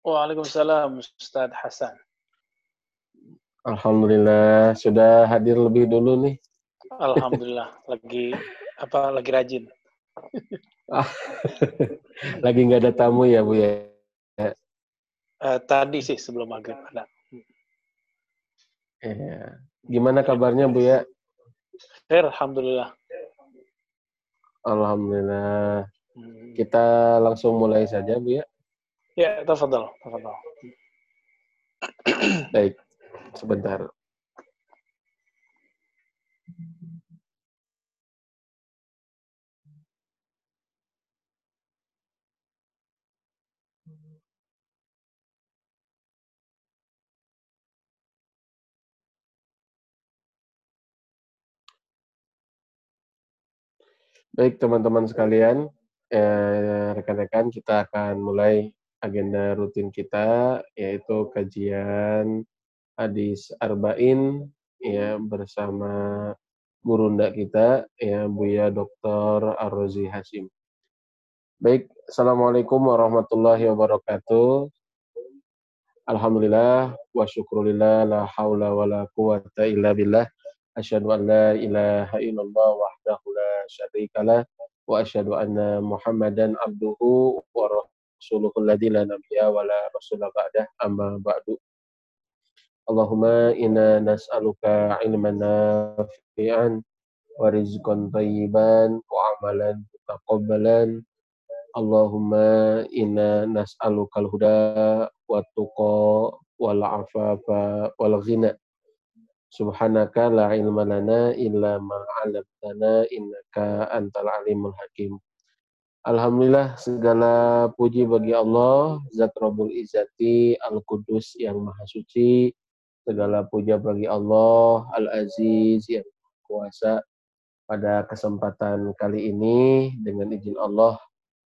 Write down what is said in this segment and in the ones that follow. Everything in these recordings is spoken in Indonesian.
Waalaikumsalam Ustaz Hasan. Alhamdulillah sudah hadir lebih dulu nih. Alhamdulillah lagi rajin. Lagi nggak ada tamu ya Bu ya? Tadi sih sebelum maghrib ada. Ya. Gimana kabarnya Bu ya? Alhamdulillah. Alhamdulillah. Kita langsung mulai saja Bu ya. Ya, tafadhal. Baik, sebentar. Baik teman-teman sekalian, rekan-rekan, kita akan mulai agenda rutin kita, yaitu kajian hadis arba'in ya bersama gurunda kita ya Buya Dr. Ar-Razi Hasyim. Baik, Assalamualaikum warahmatullahi wabarakatuh. Alhamdulillah wa syukrulillah la haula wa la quwata illa billah. Asyhadu an la ilaha illallah wahdahu la syarikalah wa asyhadu anna Muhammadan abduhu wa rasuluhu alladzi la nabiyya wa la rasula ba'dah, amma ba'du. Allahumma inna nas'aluka ilman nafi'an wa rizqan thayyiban wa amalan mutaqabbalan. Allahumma inna nas'alukal huda wa tuqa wal afafa wal ghina. Subhanaka la ilma lana illa ma 'allamtana innaka antal alimul hakim. Alhamdulillah, segala puji bagi Allah, Zat Rabbul Izzati Al-Qudus yang Maha Suci. Segala puja bagi Allah Al-Aziz yang Maha Kuasa. Pada kesempatan kali ini, dengan izin Allah,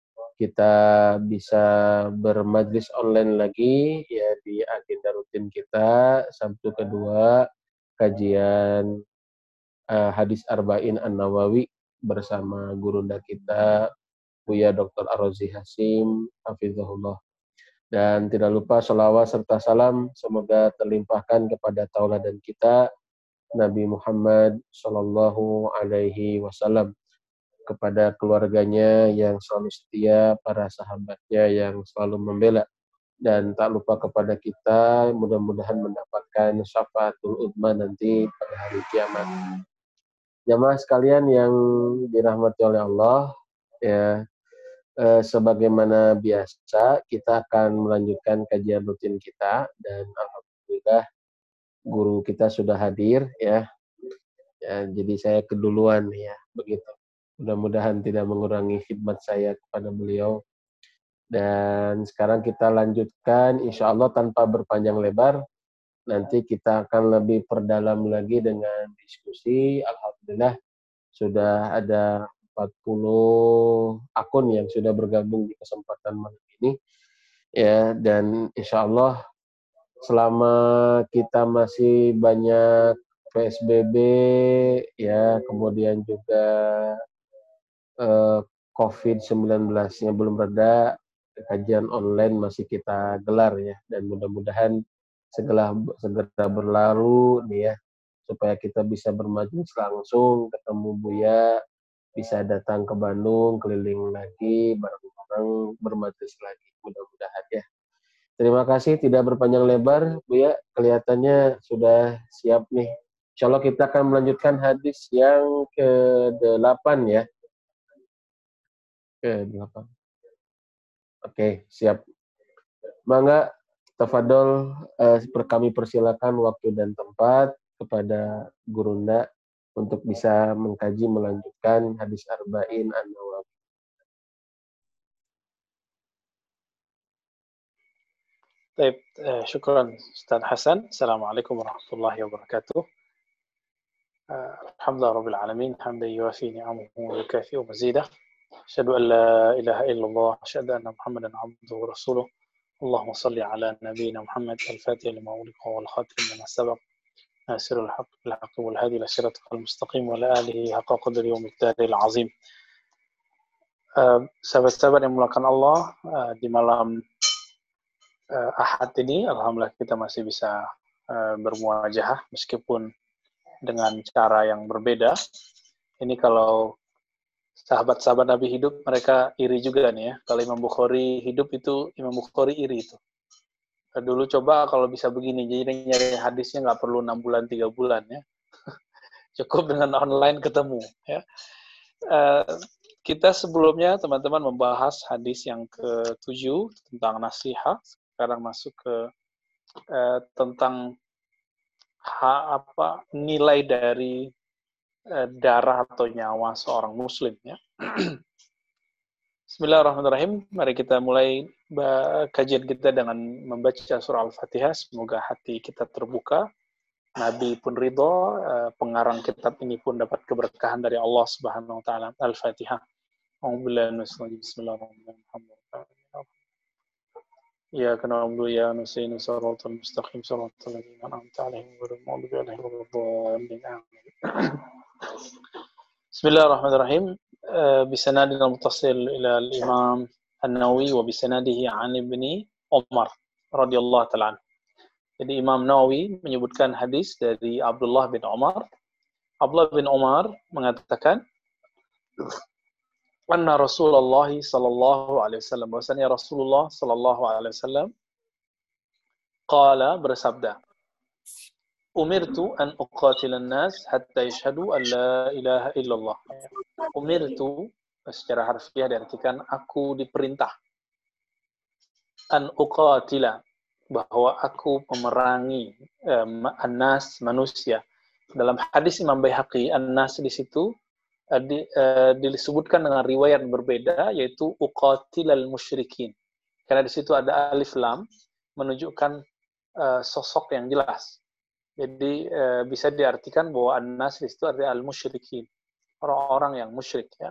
kita bisa bermajlis online lagi ya di agenda rutin kita Sabtu kedua kajian hadis arba'in an-Nawawi bersama gurunda kita Buya Dr. Ar-Razi Hasyim hafizahullah. Dan tidak lupa sholawat serta salam semoga terlimpahkan kepada tauladan kita Nabi Muhammad sallallahu alaihi wasallam, kepada keluarganya yang selalu setia, para sahabatnya yang selalu membela, dan tak lupa kepada kita, mudah-mudahan mendapatkan syafaatul uzma nanti pada hari kiamat. Jamaah sekalian yang dirahmati oleh Allah, ya, sebagaimana biasa kita akan melanjutkan kajian rutin kita, dan alhamdulillah guru kita sudah hadir ya. Ya, jadi saya keduluan ya, begitu. Mudah-mudahan tidak mengurangi khidmat saya kepada beliau. Dan sekarang kita lanjutkan, insya Allah tanpa berpanjang lebar. Nanti kita akan lebih perdalam lagi dengan diskusi. Alhamdulillah sudah ada 40 akun yang sudah bergabung di kesempatan malam ini. Ya, dan insya Allah selama kita masih banyak PSBB, ya, kemudian juga COVID-19-nya belum reda, kajian online masih kita gelar ya, dan mudah-mudahan segera berlalu nih ya, supaya kita bisa bermajlis langsung, ketemu Buya, bisa datang ke Bandung, keliling lagi, bareng-bareng bermajlis lagi, mudah-mudahan ya. Terima kasih, tidak berpanjang lebar, Buya, kelihatannya sudah siap nih. Insya Allah kita akan melanjutkan hadis yang ke-8 ya. Ke-8. Oke, siap. Mangga, tafadol, kami persilakan waktu dan tempat kepada gurunda untuk bisa mengkaji melanjutkan hadis arba'in an-Nawawi. Baik, syukran Ustaz Hasan. Assalamualaikum warahmatullahi wabarakatuh. Alhamdulillah rabbil alamin, hamdan yuwafi ni'amahu wa yukafi'u mazidah. Asyhadu an la ilaha illallah, asyhadu anna Muhammadan abduhu wa rasuluh. Allahumma salli ala nabiyyina Muhammad al-Fatih lima ughliqa wal khatim lima sabaq. Nasirul haqq bil haqqi wal hadi ila siratal mustaqim wa ala alihi haqqa qadri wa miqdaril azim. Sahabat-sahabat yang dimulakan Allah, di malam Ahad ini alhamdulillah kita masih bisa bermuajahah meskipun dengan cara yang berbeda. Ini kalau sahabat-sahabat Nabi hidup, mereka iri juga nih ya. Kalau Imam Bukhari hidup itu, Imam Bukhari iri itu. Dulu coba kalau bisa begini, jadi nyari hadisnya nggak perlu 6 bulan, 3 bulan ya. Cukup dengan online ketemu ya. Kita sebelumnya teman-teman membahas hadis yang ke-7 tentang nasihat. Sekarang masuk ke tentang nilai dari darah atau nyawa seorang muslim ya. Bismillahirrahmanirrahim. Mari kita mulai kajian kita dengan membaca surah Al-Fatihah. Semoga hati kita terbuka. Nabi pun ridho, pengarang kitab ini pun dapat keberkahan dari Allah Subhanahu wa taala. Al-Fatihah. Bismillahirrahmanirrahim. Ya kana na'budu ya nasta'inu shiratal mustaqim shiratal ladzina an'amta 'alaihim ghairil maghdubi 'alaihim waladdallin. Bismillahirrahmanirrahim. بسنادنا المتصل إلى الإمام النووي وبسناده عن ابن عمر رضي الله تعالى عنه. Jadi Imam Nawawi menyebutkan hadis dari Abdullah bin Umar. Abdullah bin Umar mengatakan, anna Rasulullah sallallahu alaihi wasallam, bahwasanya Rasulullah sallallahu alaihi wasallam qala, bersabda, umirtu an uqatilan nas hatta yashhadu an la ilaha illallah. Umirtu secara harfiah diartikan aku diperintah, an uqatila, bahwa aku memerangi an-nas, manusia. Dalam hadis Imam Baihaqi, an-nas di situ disebutkan dengan riwayat berbeda, yaitu uqatilal musyrikin. Karena di situ ada alif lam menunjukkan sosok yang jelas. Jadi bisa diartikan bahwa an-nas di situ artinya al-musyrikin, orang-orang yang musyrik ya.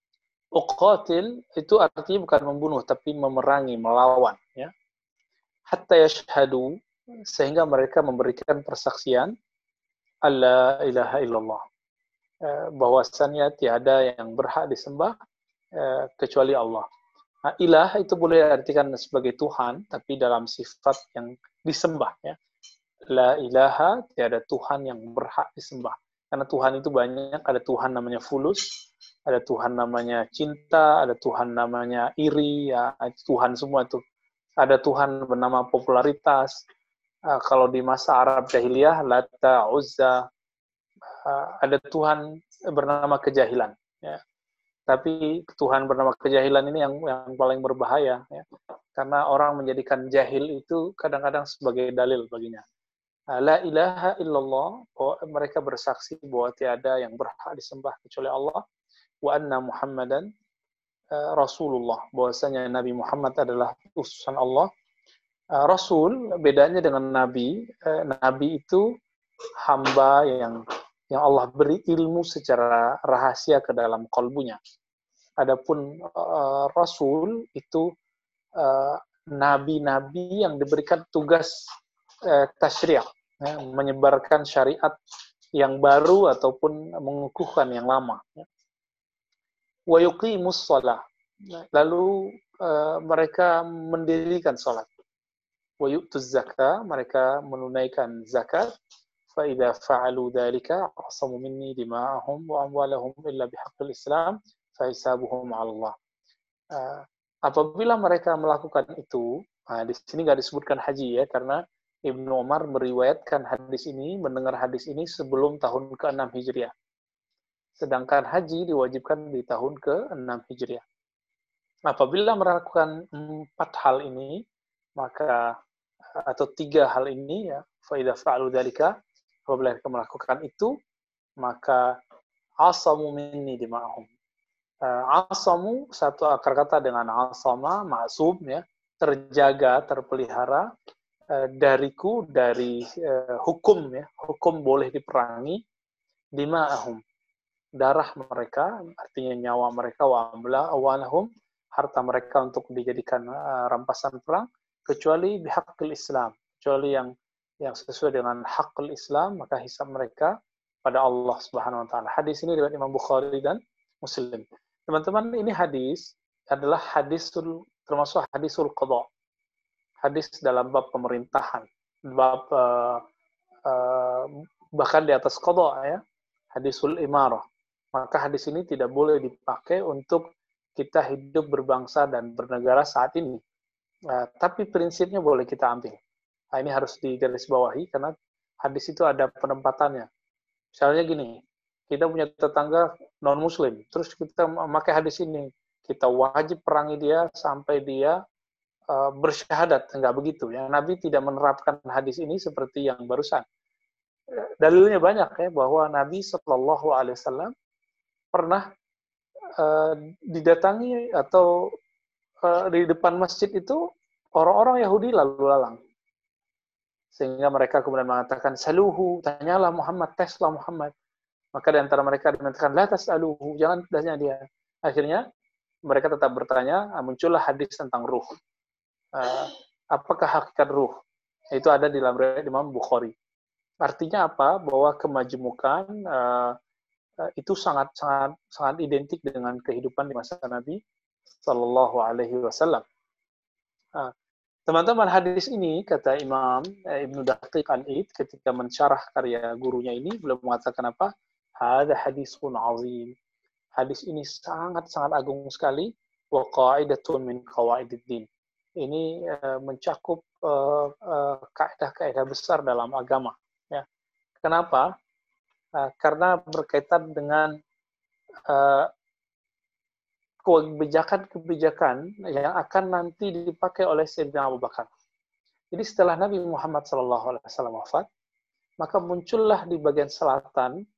Uqatil itu artinya bukan membunuh tapi memerangi, melawan ya. Hatta yashhadu, sehingga mereka memberikan persaksian alla ilaha illallah, bahwasannya tiada yang berhak disembah kecuali Allah. Nah, ilah itu boleh diartikan sebagai Tuhan tapi dalam sifat yang disembah ya. La ilaha, tiada Tuhan yang berhak disembah. Karena Tuhan itu banyak, ada Tuhan namanya fulus, ada Tuhan namanya cinta, ada Tuhan namanya iri, ya Tuhan semua itu. Ada Tuhan bernama popularitas. Kalau di masa Arab jahiliyah, Lata, Uzza, ada Tuhan bernama kejahilan. Ya. Tapi Tuhan bernama kejahilan ini yang paling berbahaya. Ya. Karena orang menjadikan jahil itu kadang-kadang sebagai dalil baginya. La ilaha illallah, mereka bersaksi bahwa tiada yang berhak disembah kecuali Allah, wa anna Muhammadan Rasulullah, bahwasanya Nabi Muhammad adalah utusan Allah. Rasul bedanya dengan Nabi, Nabi itu hamba yang Allah beri ilmu secara rahasia ke dalam kalbunya. Adapun Rasul itu nabi-nabi yang diberikan tugas tasyri', menyebarkan syariat yang baru ataupun mengukuhkan yang lama. Wa yuqimus shalah, lalu mereka mendirikan salat. Wa yu'tuz zakah, mereka menunaikan zakat. Fa idza fa'alu dzalika asamu minni dima'ahum wa amwalahum illa bihaqqil Islam fa hisabuhum 'ala Allah. Apabila mereka melakukan itu, di sini nggak disebutkan haji ya, karena Ibnu Umar meriwayatkan hadis ini, mendengar hadis ini sebelum tahun ke-6 Hijriah. Sedangkan haji diwajibkan di tahun ke-6 Hijriah. Apabila melakukan 4 hal ini, maka atau 3 hal ini ya, fa idza fa'alu dzalika, apabila mereka melakukan itu, maka asamu minni dima'ahum. Asamu satu akar kata dengan asama, ma'sum ya, terjaga, terpelihara dariku, dari hukum ya, hukum boleh diperangi, dima'ahum, darah mereka, artinya nyawa mereka, wa amwalahum, harta mereka untuk dijadikan rampasan perang, kecuali bihaqqil Islam, kecuali yang sesuai dengan hakul Islam, maka hisab mereka pada Allah Subhanahu wa taala. Hadis ini riwayat Imam Bukhari dan Muslim. Teman-teman, ini hadis adalah termasuk hadisul qada. hadis dalam bab pemerintahan, bab bahkan di atas qada ya, hadisul imarah. Maka hadis ini tidak boleh dipakai untuk kita hidup berbangsa dan bernegara saat ini. Tapi prinsipnya boleh kita ambil. Nah, ini harus digarisbawahi karena hadis itu ada penempatannya. Misalnya gini, kita punya tetangga non-muslim, terus kita memakai hadis ini, kita wajib perangi dia sampai dia bersyahadat. Enggak begitu. Ya. Nabi tidak menerapkan hadis ini seperti yang barusan. Dalilnya banyak ya, bahwa Nabi Shallallahu Alaihi Wasallam pernah didatangi atau di depan masjid itu orang-orang Yahudi lalu lalang. Sehingga mereka kemudian mengatakan, saluhu, tanyalah Muhammad, teslah Muhammad. Maka di antara mereka mengatakan, la tas'aluhu, jangan tanya dia. Akhirnya, mereka tetap bertanya, muncullah hadis tentang ruh. Apakah hakikat ruh? Itu ada di dalam riwayat Imam Bukhari. Artinya apa? Bahwa kemajemukan itu sangat identik dengan kehidupan di masa Nabi Sallallahu Alaihi Wasallam. Teman-teman, hadis ini, kata Imam Ibnu Daqiq Al-Id ketika mensyarah karya gurunya ini, beliau mengatakan apa? Hada hadisun azim. Hadis ini sangat-sangat agung sekali. Wa qa'idatun min qawa'ididdin. Ini mencakup kaidah-kaidah besar dalam agama. Ya. Kenapa? Karena berkaitan dengan kebijakan-kebijakan yang akan nanti dipakai oleh Sayyidina Abu Bakar. Jadi setelah Nabi Muhammad SAW wafat, maka muncullah di bagian selatan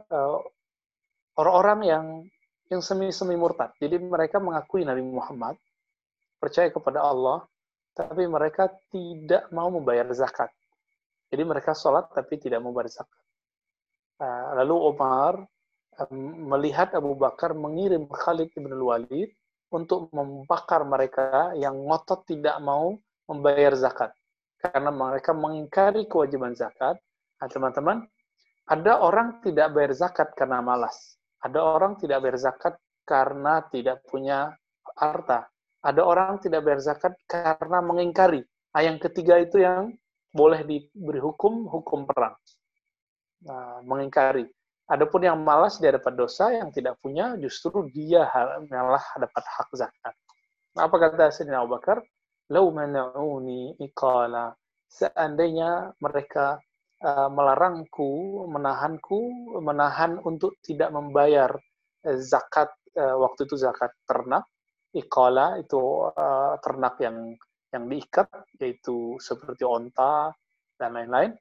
orang-orang yang semi-semi murtad. Jadi mereka mengakui Nabi Muhammad, percaya kepada Allah, tapi mereka tidak mau membayar zakat. Jadi mereka sholat tapi tidak mau membayar zakat. Lalu Umar melihat Abu Bakar mengirim Khalid bin Walid untuk membakar mereka yang ngotot tidak mau membayar zakat. Karena mereka mengingkari kewajiban zakat. Nah, teman-teman, ada orang tidak bayar zakat karena malas. Ada orang tidak bayar zakat karena tidak punya harta. Ada orang tidak bayar zakat karena mengingkari. Nah, yang ketiga itu yang boleh diberi hukum perang. Nah, mengingkari. Adapun yang malas dia dapat dosa, yang tidak punya justru dia malah dapat hak zakat. Nah, apa kata Sayyidina Abu Bakar? Lau mana'uni iqala. Seandainya mereka melarangku, menahan untuk tidak membayar zakat, waktu itu zakat ternak. Iqala itu ternak yang diikat, yaitu seperti onta dan lain-lain.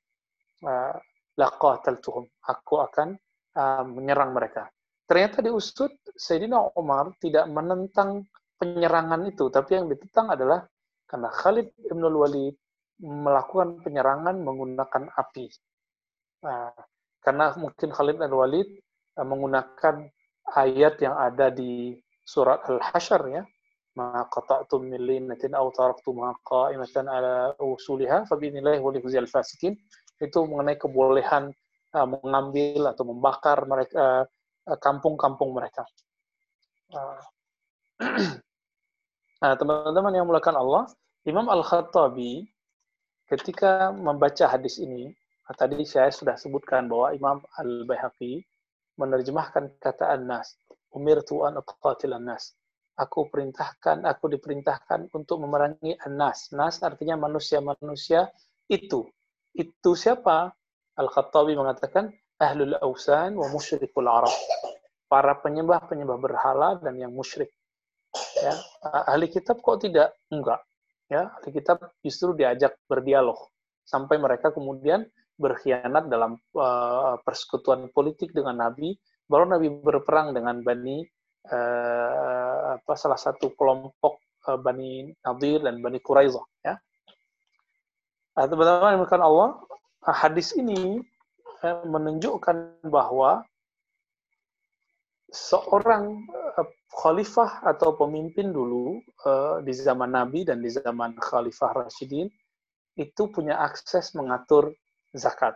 Laqataltuhum. Aku akan menyerang mereka. Ternyata diusut, Sayyidina Umar tidak menentang penyerangan itu, tapi yang ditentang adalah karena Khalid bin Walid melakukan penyerangan menggunakan api. Karena mungkin Khalid bin Walid menggunakan ayat yang ada di surat Al-Hasyr ya, ma qata'tum min linatin aw taraktumuha qa'imatan ala usuliha fa bi'inillahi wa liyukhziyal fasikin. Itu mengenai kebolehan mengambil atau membakar mereka kampung-kampung mereka. Nah, teman-teman yang mulakan Allah, Imam Al-Khattabi ketika membaca hadis ini, tadi saya sudah sebutkan bahwa Imam Al-Baihaqi menerjemahkan kata an-nas, umirtu an uqatil an-nas. Aku diperintahkan untuk memerangi an-nas. Nas artinya manusia-manusia itu. Itu siapa? Al-Khattabi mengatakan ahlul awsan wa musyrikul Arab. Para penyembah-penyembah berhala dan yang musyrik. Ya, ahli kitab kok tidak? Enggak. Ya, ahli kitab justru diajak berdialog sampai mereka kemudian berkhianat dalam persekutuan politik dengan Nabi. Baru Nabi berperang dengan salah satu kelompok Bani Nadir dan Bani Quraidah. Ya. Teman-teman yang Allah, hadis ini menunjukkan bahwa seorang khalifah atau pemimpin dulu di zaman Nabi dan di zaman Khalifah Rashidin itu punya akses mengatur zakat.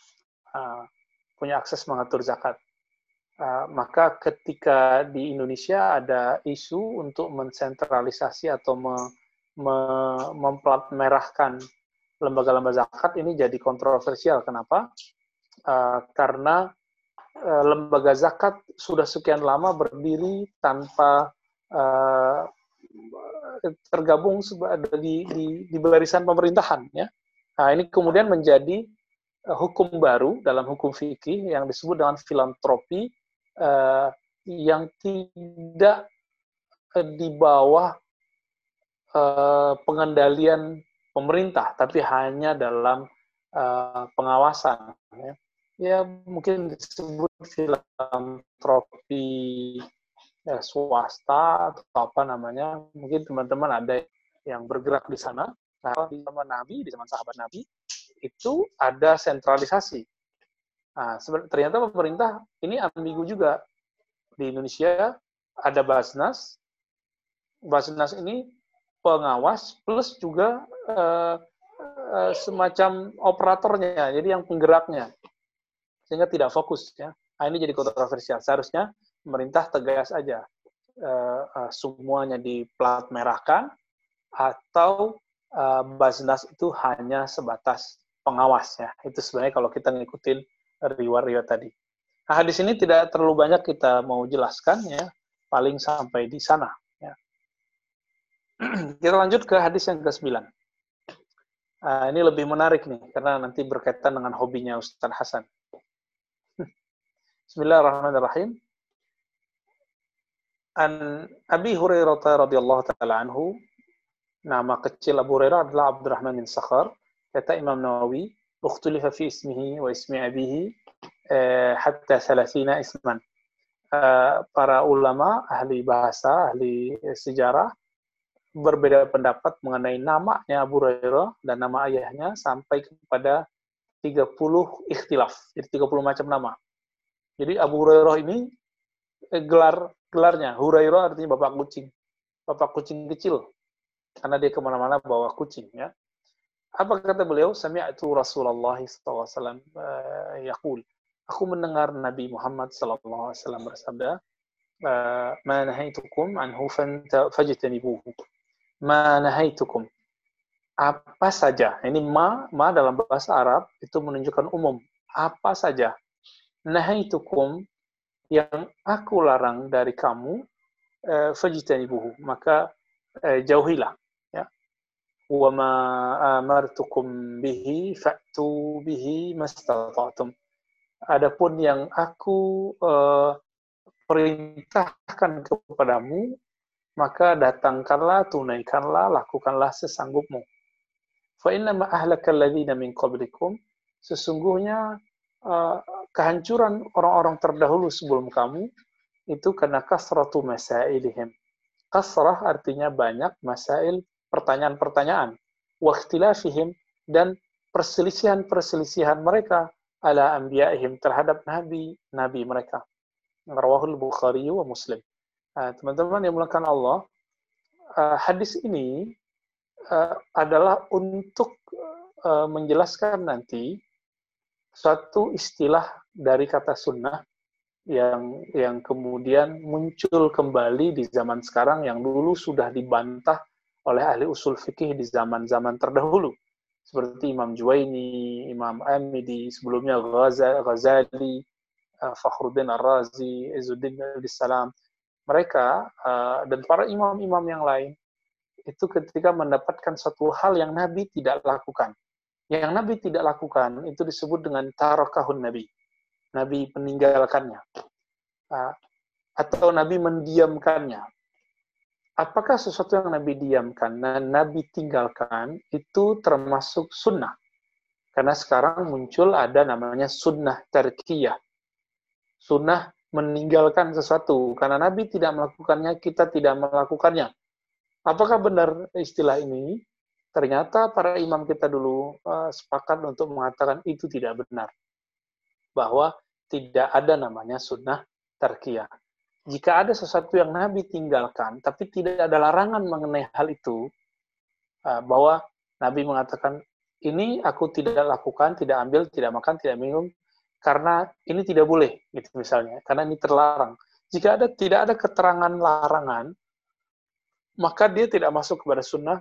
Maka ketika di Indonesia ada isu untuk mensentralisasi atau memplat merahkan lembaga-lembaga zakat ini jadi kontroversial. Kenapa? Karena lembaga zakat sudah sekian lama berdiri tanpa tergabung di barisan pemerintahan, ya. Nah, ini kemudian menjadi hukum baru dalam hukum fikih yang disebut dengan filantropi, yang tidak di bawah pengendalian pemerintah, tapi hanya dalam pengawasan. Ya, mungkin disebut filantropi swasta atau apa namanya. Mungkin teman-teman ada yang bergerak di sana. Nah, di zaman Nabi, di zaman sahabat Nabi, itu ada sentralisasi. Nah, ternyata pemerintah ini ambigu juga. Di Indonesia ada Basnas. Basnas ini pengawas plus juga semacam operatornya, jadi yang penggeraknya, sehingga tidak fokus, ya. Nah, ini jadi kontroversial. Seharusnya pemerintah tegas aja, semuanya diplat merahkan, atau Basnas itu hanya sebatas pengawas, ya. Itu sebenarnya kalau kita ngikutin riwayat tadi. Nah, hadis ini tidak terlalu banyak kita mau jelaskan, ya, paling sampai di sana, ya. Kita lanjut ke hadis yang ke-9. Ini lebih menarik nih, karena nanti berkaitan dengan hobinya Ustaz Hasan. Bismillahirrahmanirrahim. An Abi Hurairah radhiyallahu taala anhu, nama kecil Abu Hurairah adalah Abdurrahman bin Sakhar. Kata Imam Nawawi, ukhtulifa fi ismihi wa ismi abihi hatta 30 isman. Para ulama, ahli bahasa, ahli sejarah, berbeda pendapat mengenai namanya Abu Hurairah dan nama ayahnya sampai kepada 30 ikhtilaf. Jadi 30 macam nama. Jadi Abu Hurairah ini gelarnya, Hurairah artinya bapak kucing kecil, karena dia kemana-mana bawa kucing, ya. Apa kata beliau? Sami'tu Rasulullah SAW yaqul. Aku mendengar Nabi Muhammad SAW bersabda, ma nahaitukum anhu fajtanibuhu. Ma nahaitukum. Apa saja. Ini ma dalam bahasa Arab itu menunjukkan umum. Apa saja. Nahaitukum, yang aku larang dari kamu, fajtanibuhu, maka jauhilah, ya. Wa ma amartukum bihi fa'tu bihi mastata'tum. Adapun yang aku perintahkan kepadamu, maka datangkanlah, tunaikanlah, lakukanlah sesanggupmu. Fa inna ma ahlakal ladzina min qablikum, sesungguhnya kehancuran orang-orang terdahulu sebelum kamu itu karena kasratu masailihim. Kasrah artinya banyak, masail pertanyaan-pertanyaan, wa ikhtilafihim, dan perselisihan-perselisihan mereka ala anbiya'ihim terhadap nabi mereka. Rawahul Bukhari wa Muslim. Teman-teman yang dimuliakan Allah, hadis ini adalah untuk menjelaskan nanti suatu istilah dari kata sunnah yang kemudian muncul kembali di zaman sekarang, yang dulu sudah dibantah oleh ahli usul fikih di zaman-zaman terdahulu, seperti Imam Juwaini, Imam Amidi, sebelumnya Ghazali, Fakhruddin Ar-Razi, Izzuddin Abdissalam. Mereka dan para imam-imam yang lain itu ketika mendapatkan satu hal yang Nabi tidak lakukan. Yang Nabi tidak lakukan itu disebut dengan tarakahun Nabi. Nabi meninggalkannya. Atau Nabi mendiamkannya. Apakah sesuatu yang Nabi diamkan dan Nabi tinggalkan itu termasuk sunnah? Karena sekarang muncul ada namanya sunnah tarkiyah. Sunnah meninggalkan sesuatu. Karena Nabi tidak melakukannya, kita tidak melakukannya. Apakah benar istilah ini? Ternyata para imam kita dulu sepakat untuk mengatakan itu tidak benar. Bahwa tidak ada namanya sunnah tarkiyah. Jika ada sesuatu yang Nabi tinggalkan, tapi tidak ada larangan mengenai hal itu, bahwa Nabi mengatakan, ini aku tidak lakukan, tidak ambil, tidak makan, tidak minum, karena ini tidak boleh, gitu misalnya, karena ini terlarang. Jika tidak ada keterangan larangan, maka dia tidak masuk kepada sunnah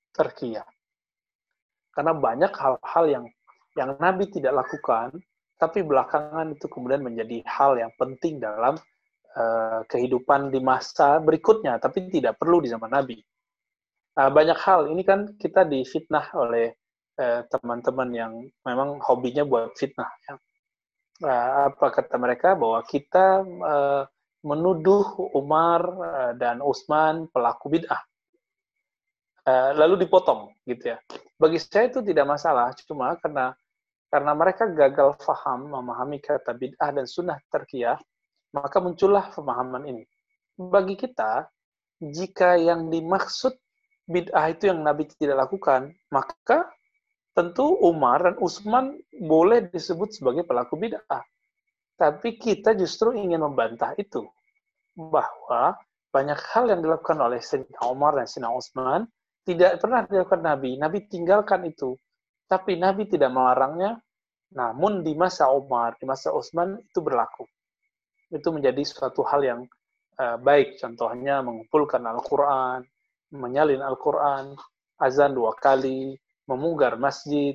tarkiyah. Karena banyak hal-hal yang Nabi tidak lakukan, tapi belakangan itu kemudian menjadi hal yang penting dalam kehidupan di masa berikutnya, tapi tidak perlu di zaman Nabi. Banyak hal, ini kan kita difitnah oleh teman-teman yang memang hobinya buat fitnah. Ya. Apa kata mereka? Bahwa kita menuduh Umar dan Utsman pelaku bid'ah. Lalu dipotong, gitu ya. Bagi saya itu tidak masalah, cuma karena mereka gagal faham memahami kata bid'ah dan sunnah tarkiyah, maka muncullah pemahaman ini. Bagi kita, jika yang dimaksud bid'ah itu yang Nabi tidak lakukan, maka tentu Umar dan Utsman boleh disebut sebagai pelaku bid'ah. Tapi kita justru ingin membantah itu, bahwa banyak hal yang dilakukan oleh Sayyidina Umar dan Sayyidina Utsman tidak pernah dilakukan Nabi. Nabi tinggalkan itu. Tapi Nabi tidak melarangnya, namun di masa Umar, di masa Utsman itu berlaku. Itu menjadi suatu hal yang baik. Contohnya mengumpulkan Al-Quran, menyalin Al-Quran, azan 2 kali, memunggar masjid,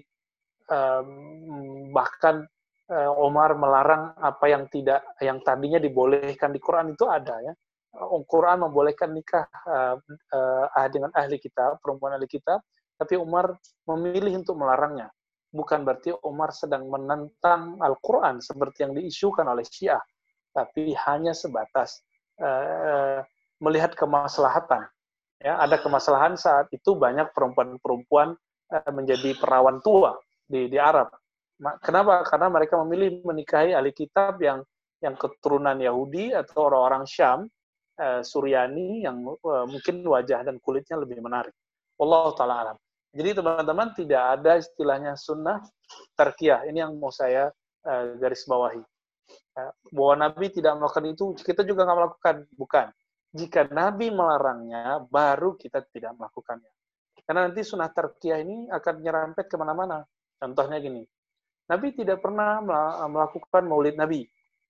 bahkan Umar melarang apa yang tadinya dibolehkan di Quran itu ada ya. Quran membolehkan nikah dengan ahli kitab, perempuan ahli kitab, tapi Umar memilih untuk melarangnya. Bukan berarti Umar sedang menentang Al-Quran seperti yang diisukan oleh Syiah, tapi hanya sebatas melihat kemaslahatan. Ya, ada kemaslahan saat itu banyak perempuan-perempuan menjadi perawan tua di Arab. Kenapa? Karena mereka memilih menikahi ahli kitab yang keturunan Yahudi atau orang-orang Syam, Suryani yang mungkin wajah dan kulitnya lebih menarik. Wallahu ta'ala alam. Jadi teman-teman, tidak ada istilahnya sunnah tarkiyah. Ini yang mau saya garis bawahi. Bahwa Nabi tidak melakukan itu, kita juga nggak melakukan. Bukan. Jika Nabi melarangnya, baru kita tidak melakukannya. Karena nanti sunnah tarkiyah ini akan nyerempet kemana-mana. Contohnya gini, Nabi tidak pernah melakukan maulid Nabi.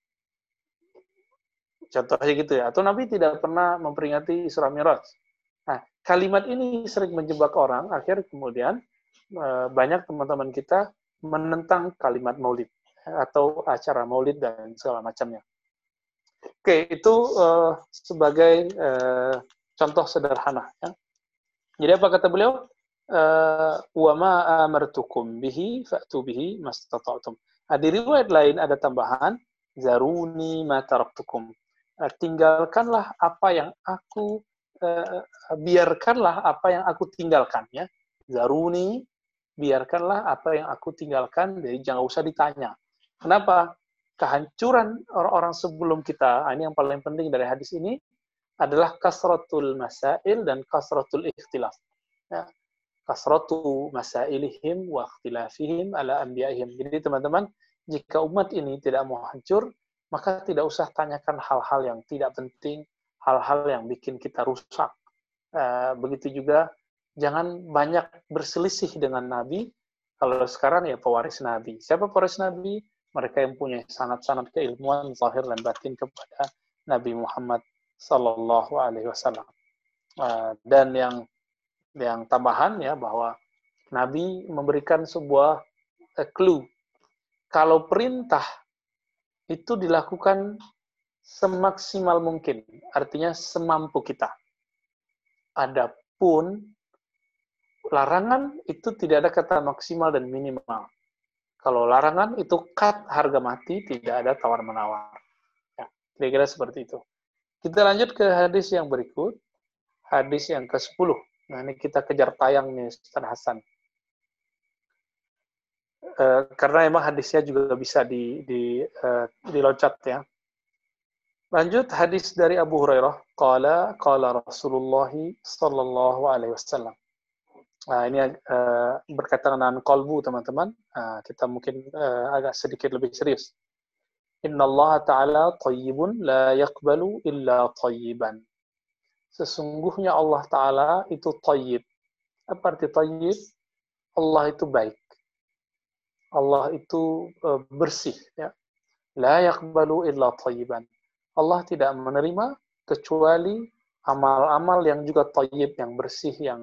Contohnya gitu ya. Atau Nabi tidak pernah memperingati Isra Mi'raj. Nah, kalimat ini sering menjebak orang, akhirnya kemudian banyak teman-teman kita menentang kalimat maulid atau acara maulid dan segala macamnya. Oke, itu sebagai contoh sederhana. Ya. Jadi apa kata beliau? Wa ma amartukum bihi fa'tu bihi mastata'tum. Di riwayat lain ada tambahan, zaruni ma taraktukum. Tinggalkanlah apa yang aku biarkanlah apa yang aku tinggalkan ya. Zaruni, biarkanlah apa yang aku tinggalkan, jadi jangan usah ditanya. Kenapa? Kehancuran orang-orang sebelum kita, ini yang paling penting dari hadis ini adalah kasratul masail dan kasratul ikhtilaf. Ya. Kasratu masailihim wa ikhtilafihim ala anbiya'ihim. Jadi teman-teman, jika umat ini tidak mau hancur, maka tidak usah tanyakan hal-hal yang tidak penting, hal-hal yang bikin kita rusak. Begitu juga, jangan banyak berselisih dengan Nabi. Kalau sekarang ya pewaris Nabi. Siapa pewaris Nabi? Mereka yang punya sanad-sanad keilmuan zahir dan batin kepada Nabi Muhammad Sallallahu Alaihi Wasallam. Dan yang tambahan ya, bahwa Nabi memberikan sebuah clue. Kalau perintah itu dilakukan semaksimal mungkin, artinya semampu kita. Adapun larangan itu tidak ada kata maksimal dan minimal. Kalau larangan itu cut harga mati, tidak ada tawar-menawar. Ya, kira-kira seperti itu. Kita lanjut ke hadis yang berikut, hadis yang ke-10. Nah, ini kita kejar tayang nih, Ustaz Hasan. Karena emang hadisnya juga bisa diloncat ya. Lanjut hadis dari Abu Hurairah, qala Rasulullah sallallahu alaihi wasallam. Nah, ini berkaitan dengan qalbu teman-teman. Kita mungkin agak sedikit lebih serius. Innallaha ta'ala thayyibun la yaqbalu illa thayyiban. Sesungguhnya Allah Ta'ala itu thayyib. Apa arti thayyib? Allah itu baik. Allah itu bersih. Ya. La yaqbalu illa thayyiban. Allah tidak menerima kecuali amal-amal yang juga thayyib, yang bersih, yang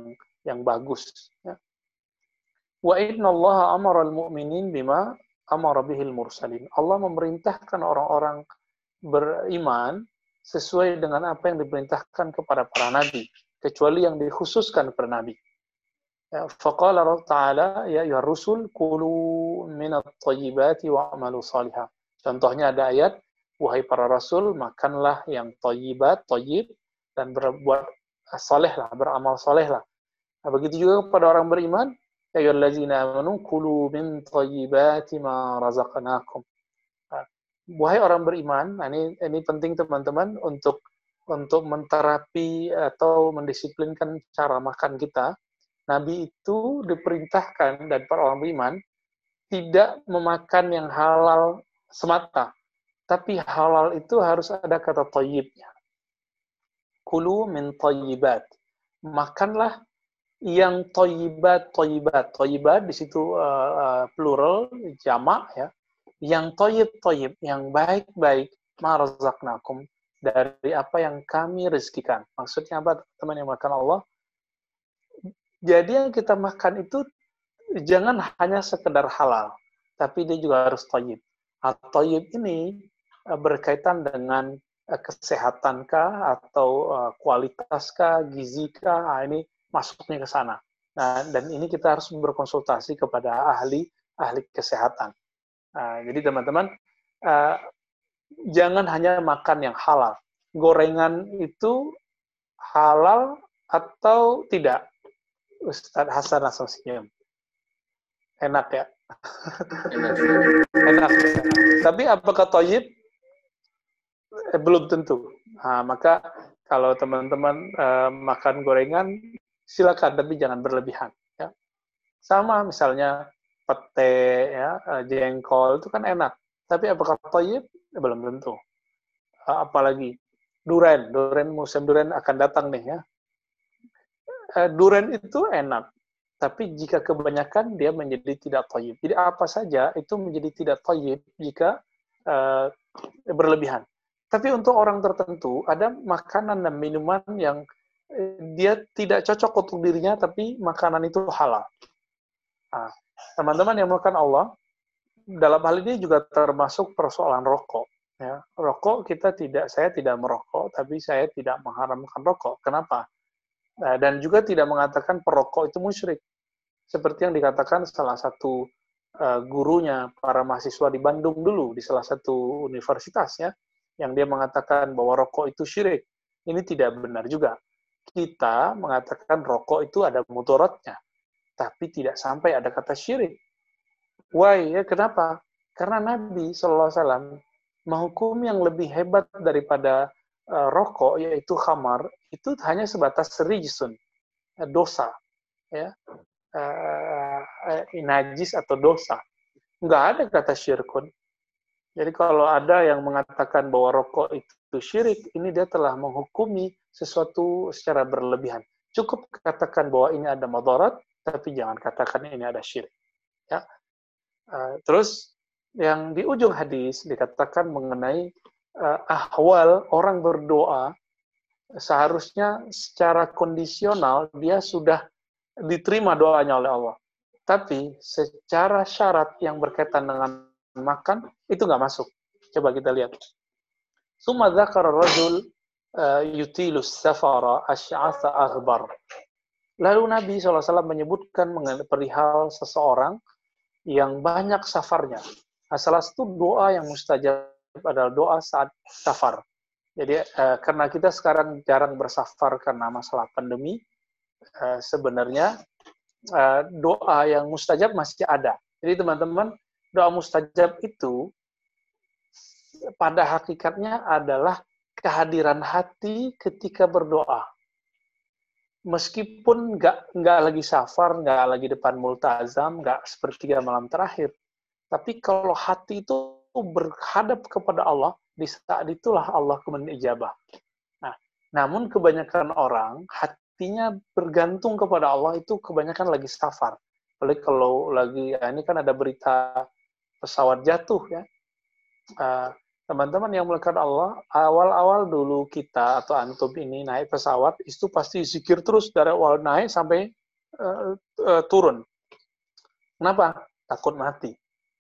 yang bagus. Ya. Wa inna Allah amara al-mu'minin bima amara bihil mursalin. Allah memerintahkan orang-orang beriman sesuai dengan apa yang diperintahkan kepada para nabi, kecuali yang dikhususkan kepada nabi. Ya, faqala ta'ala ya ayyuhar rusul kulu minat thayyibati wa'malu salihah. Contohnya ada ayat, wahai para rasul, makanlah yang thayyibat, thayyib, dan berbuat saleh lah, beramal saleh lah. Nah, begitu juga kepada orang beriman, ya ayyuhallazina amanu kulu min thayyibati ma razaqnakum. Nah, wahai orang beriman, nah ini penting teman-teman untuk menterapi atau mendisiplinkan cara makan kita. Nabi itu diperintahkan dan para orang beriman tidak memakan yang halal semata, tapi halal itu harus ada kata thayyibnya. Kulu min thayyibat. Makanlah yang thayyibat. Thayyibat di situ plural, jamak ya. Yang thayyib, yang baik-baik, ma razaqnakum, dari apa yang kami rezekikan. Maksudnya apa, teman yang makan Allah? Jadi yang kita makan itu jangan hanya sekedar halal, tapi dia juga harus thayyib. Thayyib ini berkaitan dengan kesehatankah atau kualitaskah, gizikah, nah, ini masuknya ke sana. Nah, dan ini kita harus berkonsultasi kepada ahli kesehatan. Jadi teman-teman, jangan hanya makan yang halal. Gorengan itu halal atau tidak? Ustadz Hasan langsung senyum. Enak ya? Enak. Tapi apakah thayyib? Belum tentu. Nah, maka kalau teman-teman makan gorengan, silakan, tapi jangan berlebihan. Ya. Sama misalnya pete, ya, jengkol, itu kan enak. Tapi apakah thayyib? Belum tentu. Apalagi durian musim durian akan datang nih ya. Durian itu enak, tapi jika kebanyakan dia menjadi tidak thayyib. Jadi apa saja itu menjadi tidak thayyib jika berlebihan. Tapi untuk orang tertentu ada makanan dan minuman yang dia tidak cocok untuk dirinya, tapi makanan itu halal. Nah, teman-teman yang makan Allah, dalam hal ini juga termasuk persoalan rokok. Ya, rokok saya tidak merokok, tapi saya tidak mengharamkan rokok. Kenapa? Dan juga tidak mengatakan perokok itu musyrik. Seperti yang dikatakan salah satu gurunya para mahasiswa di Bandung dulu, di salah satu universitas ya, yang dia mengatakan bahwa rokok itu syirik. Ini tidak benar juga. Kita mengatakan rokok itu ada mudaratnya, tapi tidak sampai ada kata syirik. Why? Ya, kenapa? Karena Nabi SAW menghukum yang lebih hebat daripada rokok, yaitu khamar, itu hanya sebatas rijsun, dosa, ya, najis atau dosa. Nggak ada kata syirkun. Jadi kalau ada yang mengatakan bahwa rokok itu syirik, ini dia telah menghukumi sesuatu secara berlebihan. Cukup katakan bahwa ini ada madarat, tapi jangan katakan ini ada syirik. Ya. Terus yang di ujung hadis dikatakan mengenai ahwal orang berdoa, seharusnya secara kondisional dia sudah diterima doanya oleh Allah. Tapi secara syarat yang berkaitan dengan makan, itu nggak masuk. Coba kita lihat. Summa dzakara rajul yutilus safara asy'atha aghbar. Lalu Nabi SAW menyebutkan mengenai perihal seseorang yang banyak safarnya. Nah, salah satu doa yang mustajab adalah doa saat safar. Jadi karena kita sekarang jarang bersafar karena masalah pandemi, sebenarnya doa yang mustajab masih ada. Jadi teman-teman, doa mustajab itu pada hakikatnya adalah kehadiran hati ketika berdoa. Meskipun nggak lagi safar, nggak lagi depan multazam, nggak sepertiga malam terakhir, tapi kalau hati itu berhadap kepada Allah, di saat itulah Allah kemudian ijabah. Nah, namun kebanyakan orang hatinya bergantung kepada Allah itu kebanyakan lagi safar. Apalagi kalau lagi, ini kan ada berita pesawat jatuh ya. Teman-teman yang melekat Allah, awal-awal dulu kita atau antum ini naik pesawat, itu pasti zikir terus dari awal naik sampai turun. Kenapa? Takut mati.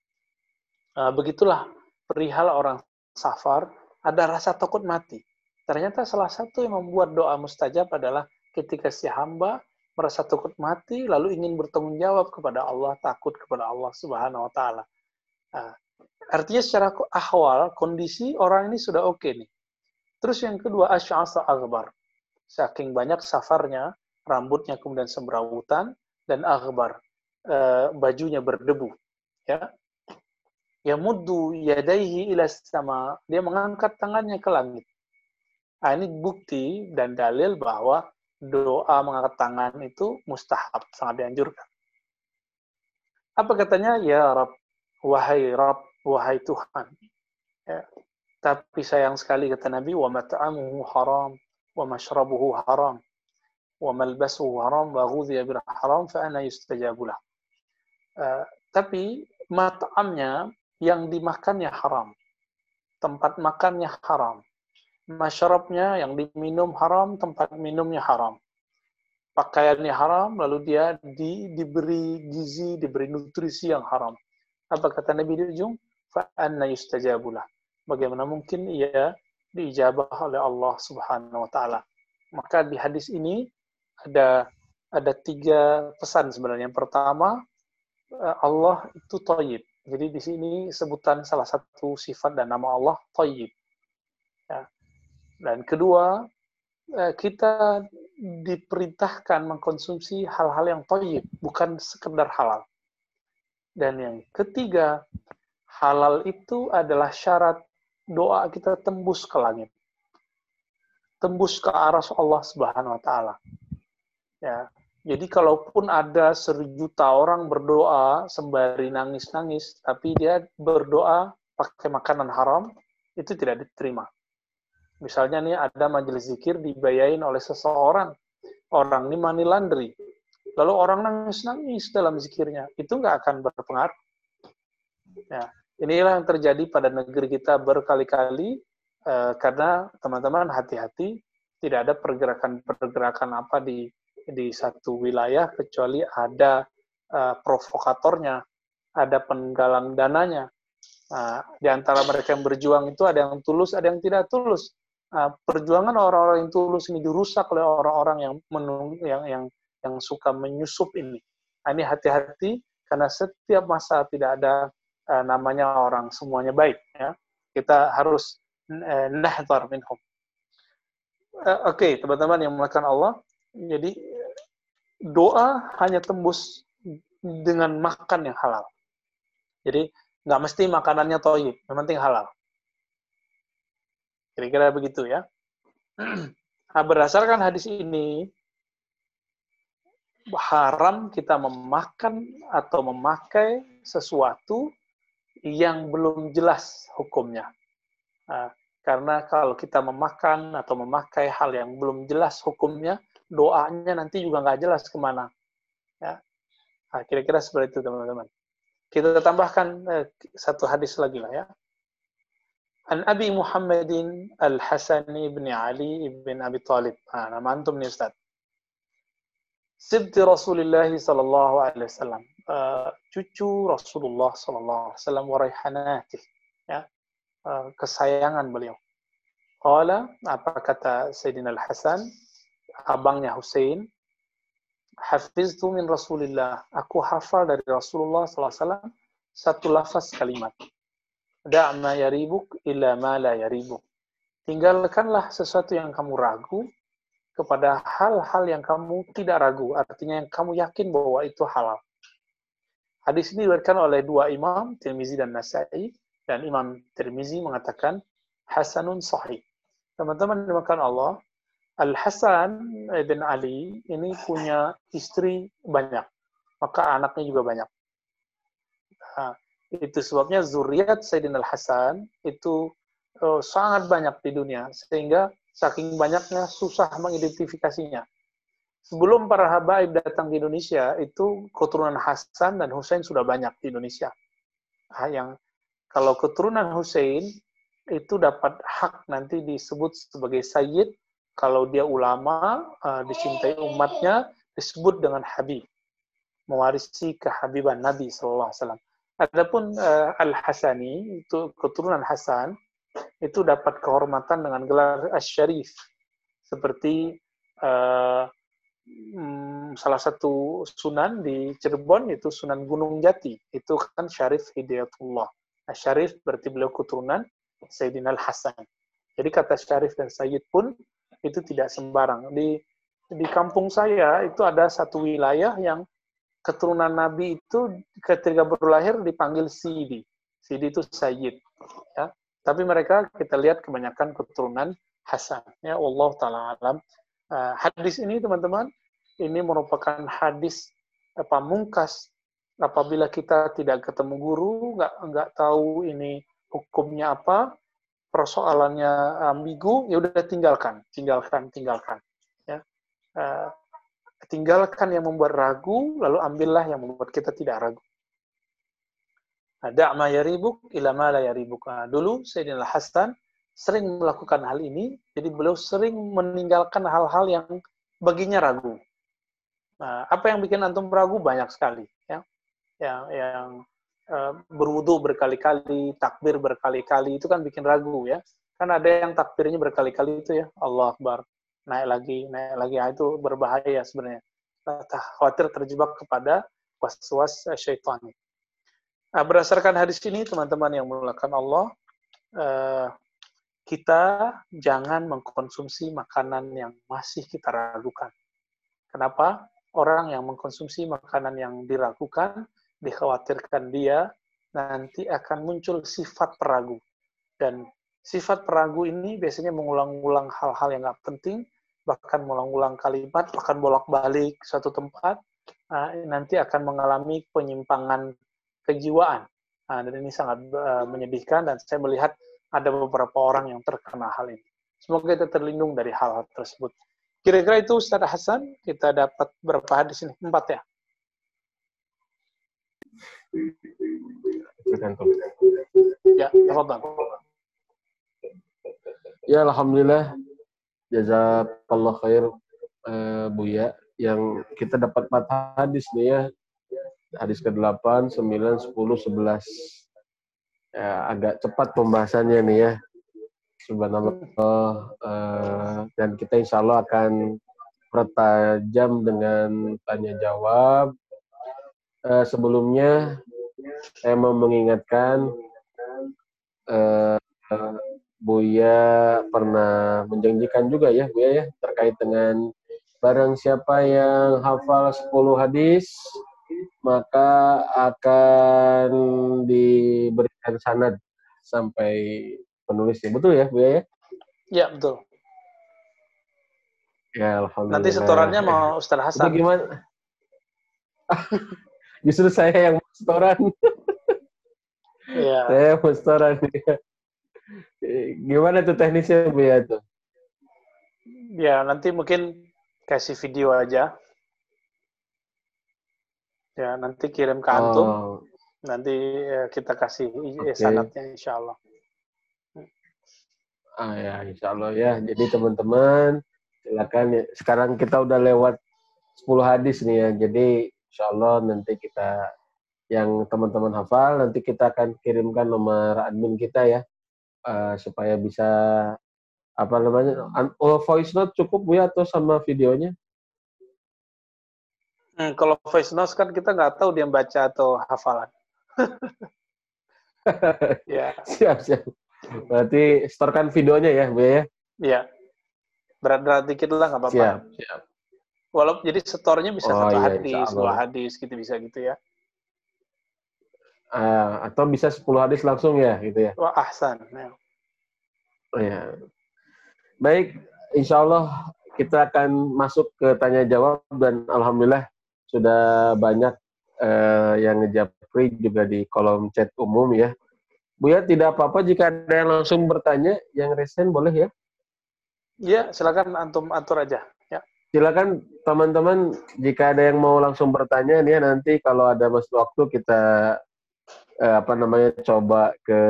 Begitulah perihal orang safar, ada rasa takut mati. Ternyata salah satu yang membuat doa mustajab adalah ketika si hamba merasa takut mati, lalu ingin bertanggung jawab kepada Allah, takut kepada Allah Subhanahu wa Ta'ala. Artinya secara ahwal, kondisi orang ini sudah oke nih. Terus yang kedua, asy'asa aghbar. Saking banyak safarnya, rambutnya kemudian semrawutan, dan aghbar, bajunya berdebu. Ya, yamuddu yadaihi ila sama, dia mengangkat tangannya ke langit. Ini bukti dan dalil bahwa doa mengangkat tangan itu mustahab, sangat dianjurkan. Apa katanya? Ya Rabb, wahai Tuhan. Ya. Tapi sayang sekali kata Nabi, wa mat'amuhu haram, wa mashrabuhu haram, wa malbasuhu haram, wa ghudhiya bil haram, fa ana yustajabu lah. Tapi mat'amnya, yang dimakannya haram, tempat makannya haram, masyrabnya yang diminum haram, tempat minumnya haram, pakaiannya haram, lalu dia diberi gizi, diberi nutrisi yang haram. Apa kata Nabi di ujung? Fa anna yustajabulah. Bagaimana mungkin ia diijabah oleh Allah Subhanahu wa Ta'ala? Maka di hadis ini ada 3 pesan sebenarnya. Yang pertama, Allah itu thayyib. Jadi di sini sebutan salah satu sifat dan nama Allah thayyib. Ya. Dan kedua, kita diperintahkan mengkonsumsi hal-hal yang thayyib, bukan sekedar halal. Dan yang ketiga, halal itu adalah syarat doa kita tembus ke langit. Tembus ke arah Allah Subhanahu wa Ta'ala. Ya. Jadi kalaupun ada 1 juta orang berdoa sembari nangis-nangis, tapi dia berdoa pakai makanan haram, itu tidak diterima. Misalnya nih ada majelis zikir dibayain oleh seseorang, orang ini money laundry, lalu orang nangis-nangis dalam zikirnya, itu nggak akan berpengaruh. Ya. Inilah yang terjadi pada negeri kita berkali-kali, karena teman-teman hati-hati, tidak ada pergerakan-pergerakan apa di satu wilayah kecuali ada provokatornya, ada penggalang dananya. Di antara mereka yang berjuang itu ada yang tulus, ada yang tidak tulus. Perjuangan orang-orang yang tulus ini dirusak oleh orang-orang yang suka menyusup ini. Ini hati-hati karena setiap masa tidak ada namanya orang semuanya baik. Ya. Kita harus nahdhar minhum. Oke, teman-teman yang melakukan Allah, jadi doa hanya tembus dengan makan yang halal. Jadi nggak mesti makanannya thayyib, yang penting halal. Kira-kira begitu ya. Berdasarkan hadis ini, haram kita memakan atau memakai sesuatu yang belum jelas hukumnya. Karena kalau kita memakan atau memakai hal yang belum jelas hukumnya, doanya nanti juga nggak jelas kemana. Ya. Kira-kira seperti itu teman-teman. Kita tambahkan 1 hadis lagi lah ya. An Abi Muhammadin Al-Hasani bin Ali bin Abi Talib. Nama antum nih Ustaz. Sibti Rasulullah sallallahu alaihi wasallam. Cucu Rasulullah sallallahu alaihi wasallam wa raihanatih. Ya. Kesayangan beliau. Qala, apa kata Sayyidina Al-Hasan, abangnya Husain, hafiztu min Rasulillah, aku hafal dari Rasulullah SAW 1 lafaz kalimat. Da'ma yaribuk illa ma la yaribuk. Tinggalkanlah sesuatu yang kamu ragu kepada hal-hal yang kamu tidak ragu, artinya yang kamu yakin bahwa itu halal. Hadis ini diriwayatkan oleh 2 imam, Tirmizi dan Nasa'i, dan Imam Tirmizi mengatakan hasanun sahih. Teman-teman dimakan Allah, Al-Hasan bin Ali ini punya istri banyak, maka anaknya juga banyak. Itu sebabnya zuriat Sayyidina Al-Hasan itu sangat banyak di dunia, sehingga saking banyaknya susah mengidentifikasinya. Sebelum para habaib datang di Indonesia, itu keturunan Hasan dan Husain sudah banyak di Indonesia. Yang kalau keturunan Husain itu dapat hak nanti disebut sebagai sayyid, kalau dia ulama, dicintai umatnya, disebut dengan habib. mewarisi kehabiban Nabi Sallallahu Alaihi Wasallam. Adapun Al-Hasani, itu keturunan Hasan, itu dapat kehormatan dengan gelar Asy-Syarif. Seperti salah satu sunan di Cirebon, itu Sunan Gunung Jati. Itu kan Syarif Hidayatullah. Syarif berarti beliau keturunan Sayyidina Al-Hasan. Jadi kata Syarif dan Sayyid pun itu tidak sembarang. Di kampung saya itu ada satu wilayah yang keturunan Nabi itu ketika berlahir dipanggil Sidi. Sidi itu Sayyid. Ya. Tapi mereka kita lihat kebanyakan keturunan Hasan. Ya, Allah Ta'ala alam. Hadis ini teman-teman, ini merupakan hadis pamungkas apabila kita tidak ketemu guru, nggak tahu ini hukumnya apa, persoalannya ambigu, ya udah tinggalkan. Ya. Tinggalkan yang membuat ragu, lalu ambillah yang membuat kita tidak ragu. Da' ma yaribuk ila ma la yaribuk. Dulu Sayyidina Al-Hasan sering melakukan hal ini, jadi beliau sering meninggalkan hal-hal yang baginya ragu. Apa yang bikin antum ragu? Banyak sekali. Ya. Yang berwudu berkali-kali, takbir berkali-kali, itu kan bikin ragu ya. Kan ada yang takbirnya berkali-kali itu ya, Allah Akbar, naik lagi. Itu berbahaya sebenarnya. Khawatir terjebak kepada was-was syaitan. Berdasarkan hadis ini, teman-teman yang memuliakan Allah, kita jangan mengkonsumsi makanan yang masih kita ragukan. Kenapa? Orang yang mengkonsumsi makanan yang diragukan, dikhawatirkan dia nanti akan muncul sifat peragu. Dan sifat peragu ini biasanya mengulang-ulang hal-hal yang nggak penting, bahkan mengulang-ulang kalimat, bahkan bolak-balik suatu tempat, nanti akan mengalami penyimpangan kejiwaan. Dan ini sangat menyedihkan, dan saya melihat ada beberapa orang yang terkena hal ini. Semoga kita terlindung dari hal-hal tersebut. Kira-kira itu Ustaz Hasan, kita dapat berapa hadis ini? 4 ya? Ya, tafadhal. Ya, alhamdulillah. Jazakallah khair, Buya. Yang kita dapat 4 hadis nih ya. Hadis ke-8, 9, 10, 11. Ya, agak cepat pembahasannya nih ya. Subhanallah. Dan kita insya Allah akan pertajam dengan tanya jawab. Sebelumnya saya mau mengingatkan Buya pernah menjanjikan juga ya Buya ya, terkait dengan barang siapa yang hafal 10 hadis maka akan diberikan sanad sampai penulisnya. Betul ya Buya ya? Ya, betul. Ya, alhamdulillah. Nanti setorannya mau Ustaz Hasan. Itu gimana? Justru saya yang mau setoran. Ya. Saya mau setoran. Gimana tuh teknisnya Bu ya tuh? Ya, nanti mungkin kasih video aja. Ya, nanti kirim ke antum. Nanti kita kasih sanadnya insya Allah. Ya, insya Allah ya. Jadi teman-teman, silakan ya. Sekarang kita udah lewat 10 hadis nih ya. Jadi insya Allah nanti kita yang teman-teman hafal, nanti kita akan kirimkan nomor admin kita ya. Supaya bisa apa namanya, voice note cukup Bu ya atau sama videonya? Kalau voice note kan kita nggak tahu dia baca atau hafalan. Ya. Siap. Berarti setorkan videonya ya Bu ya? Iya. Berat-berat dikit lah nggak apa-apa. Siap. Walaupun jadi setornya bisa 1 hadis, 2 Allah. hadis gitu, bisa gitu ya. Atau bisa 10 hadis langsung ya gitu ya. Wah, ahsan. Ya. Ya. Baik, insya Allah kita akan masuk ke tanya jawab dan alhamdulillah sudah banyak yang ngejapri juga di kolom chat umum ya. Buya tidak apa-apa jika ada yang langsung bertanya, yang resen boleh ya? Ya, silakan antum atur aja. Ya. Silakan teman-teman jika ada yang mau langsung bertanya nih ya, nanti kalau ada waktu kita coba ke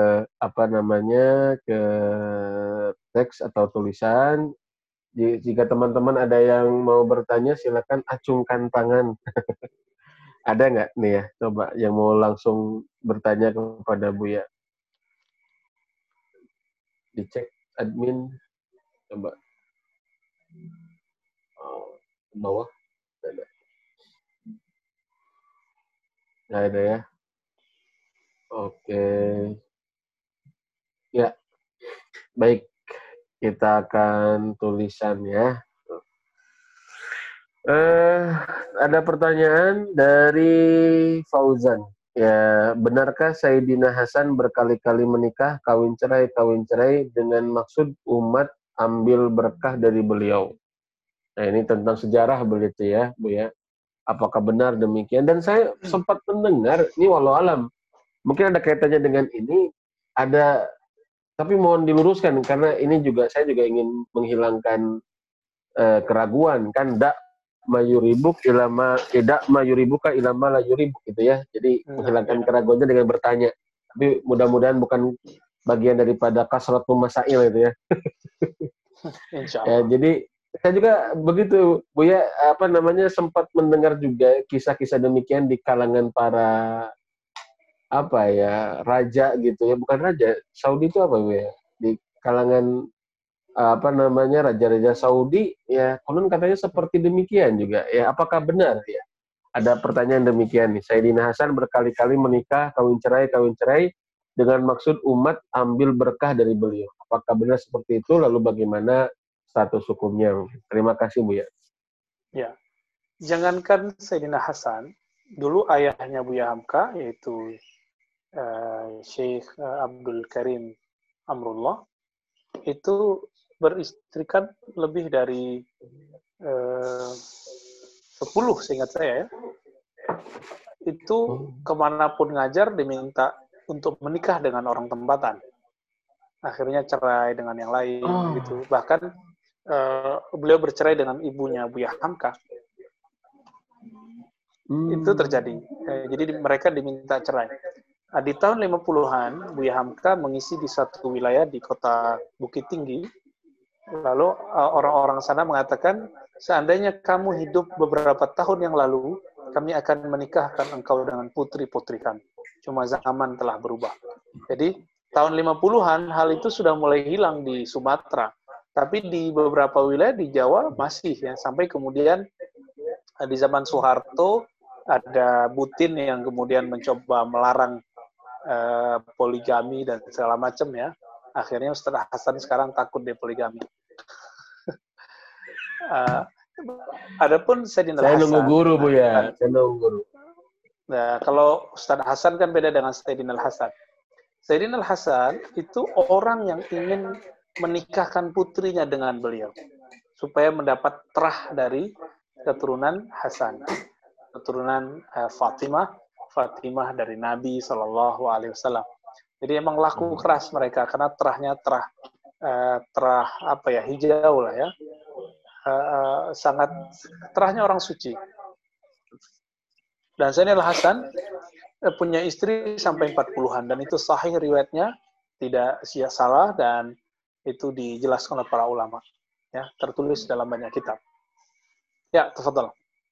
ke teks atau tulisan. Jika teman-teman ada yang mau bertanya silakan acungkan tangan. Ada nggak nih ya? Coba yang mau langsung bertanya kepada Buya. Dicek admin. Coba. Ke bawah. Ada. Nggak ada ya? Oke. Ya, baik. Kita akan tulisan ya. Ada pertanyaan dari Fauzan. Ya, benarkah Sayyidina Hasan berkali-kali menikah, kawin cerai dengan maksud umat ambil berkah dari beliau? Nah, ini tentang sejarah begitu ya, Bu ya. Apakah benar demikian? Dan saya sempat mendengar, ini walau alam, mungkin ada kaitannya dengan ini, ada, tapi mohon diluruskan karena ini juga saya juga ingin menghilangkan keraguan kan, mayuribuk ilama tidak mayuribuka ilama la yuribuk gitu ya. Jadi menghilangkan keraguannya dengan bertanya. Tapi mudah-mudahan bukan bagian daripada kasratul masail itu ya. Ya, jadi saya juga begitu, Buya, sempat mendengar juga kisah-kisah demikian di kalangan para raja gitu ya, bukan raja Saudi itu apa, Buya? Di kalangan raja-raja Saudi ya, konon katanya seperti demikian juga ya. Apakah benar ya? Ada pertanyaan demikian nih. Sayyidina Hasan berkali-kali menikah, kawin cerai dengan maksud umat ambil berkah dari beliau. Apakah benar seperti itu? Lalu bagaimana status hukumnya? Terima kasih, Bu ya. Ya, jangankan Sayyidina Hasan, dulu ayahnya Buya Hamka yaitu Syekh Abdul Karim Amrullah itu beristrikan lebih dari 10 seingat saya ya. Itu kemanapun ngajar diminta untuk menikah dengan orang tempatan. Akhirnya cerai dengan yang lain gitu. Bahkan beliau bercerai dengan ibunya Buya Hamka. Itu terjadi. Jadi mereka diminta cerai. Nah, di tahun 50-an, Buya Hamka mengisi di satu wilayah di kota Bukit Tinggi. Lalu orang-orang sana mengatakan, seandainya kamu hidup beberapa tahun yang lalu, kami akan menikahkan engkau dengan putri-putri kami. Cuma zaman telah berubah. Jadi, tahun 50-an, hal itu sudah mulai hilang di Sumatera. Tapi di beberapa wilayah di Jawa masih, ya. Sampai kemudian di zaman Soeharto, ada Butin yang kemudian mencoba melarang poligami dan segala macam ya. Akhirnya Ustaz Hasan sekarang takut dia poligami. Adapun Sayyidina Hasan. Saya nunggu guru, Bu ya. Saya nunggu guru. Nah, kalau Ustaz Hasan kan beda dengan Sayyidina Hasan. Sayyidina Hasan itu orang yang ingin menikahkan putrinya dengan beliau supaya mendapat terah dari keturunan Hasan, keturunan Fatimah dari Nabi Shallallahu Alaihi Wasallam. Jadi emang laku keras mereka karena terahnya terah hijau lah ya, sangat terahnya orang suci. Dan Sayyidina Hasan punya istri sampai 40-an dan itu sahih riwayatnya, tidak salah dan itu dijelaskan oleh para ulama. Ya, tertulis dalam banyak kitab. Ya, tafadhal.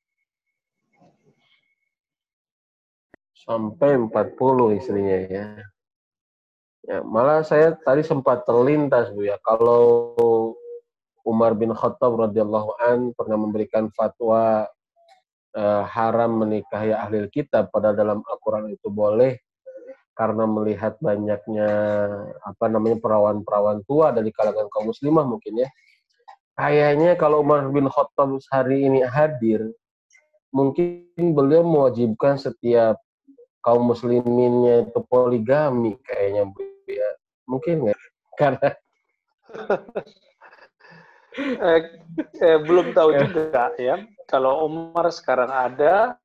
Sampai 40 istrinya ya. Ya, malah saya tadi sempat terlintas, Bu ya. Kalau Umar bin Khattab radhiyallahu an pernah memberikan fatwa haram menikahi ahli kitab, padahal dalam Al-Quran itu boleh karena melihat banyaknya perawan-perawan tua dari kalangan kaum muslimah mungkin ya. Kayaknya kalau Umar bin Khattab hari ini hadir, mungkin beliau mewajibkan setiap kaum musliminnya itu poligami kayaknya, Bu ya. Mungkin nggak? Karena belum tahu juga ya. Kalau Umar sekarang ada,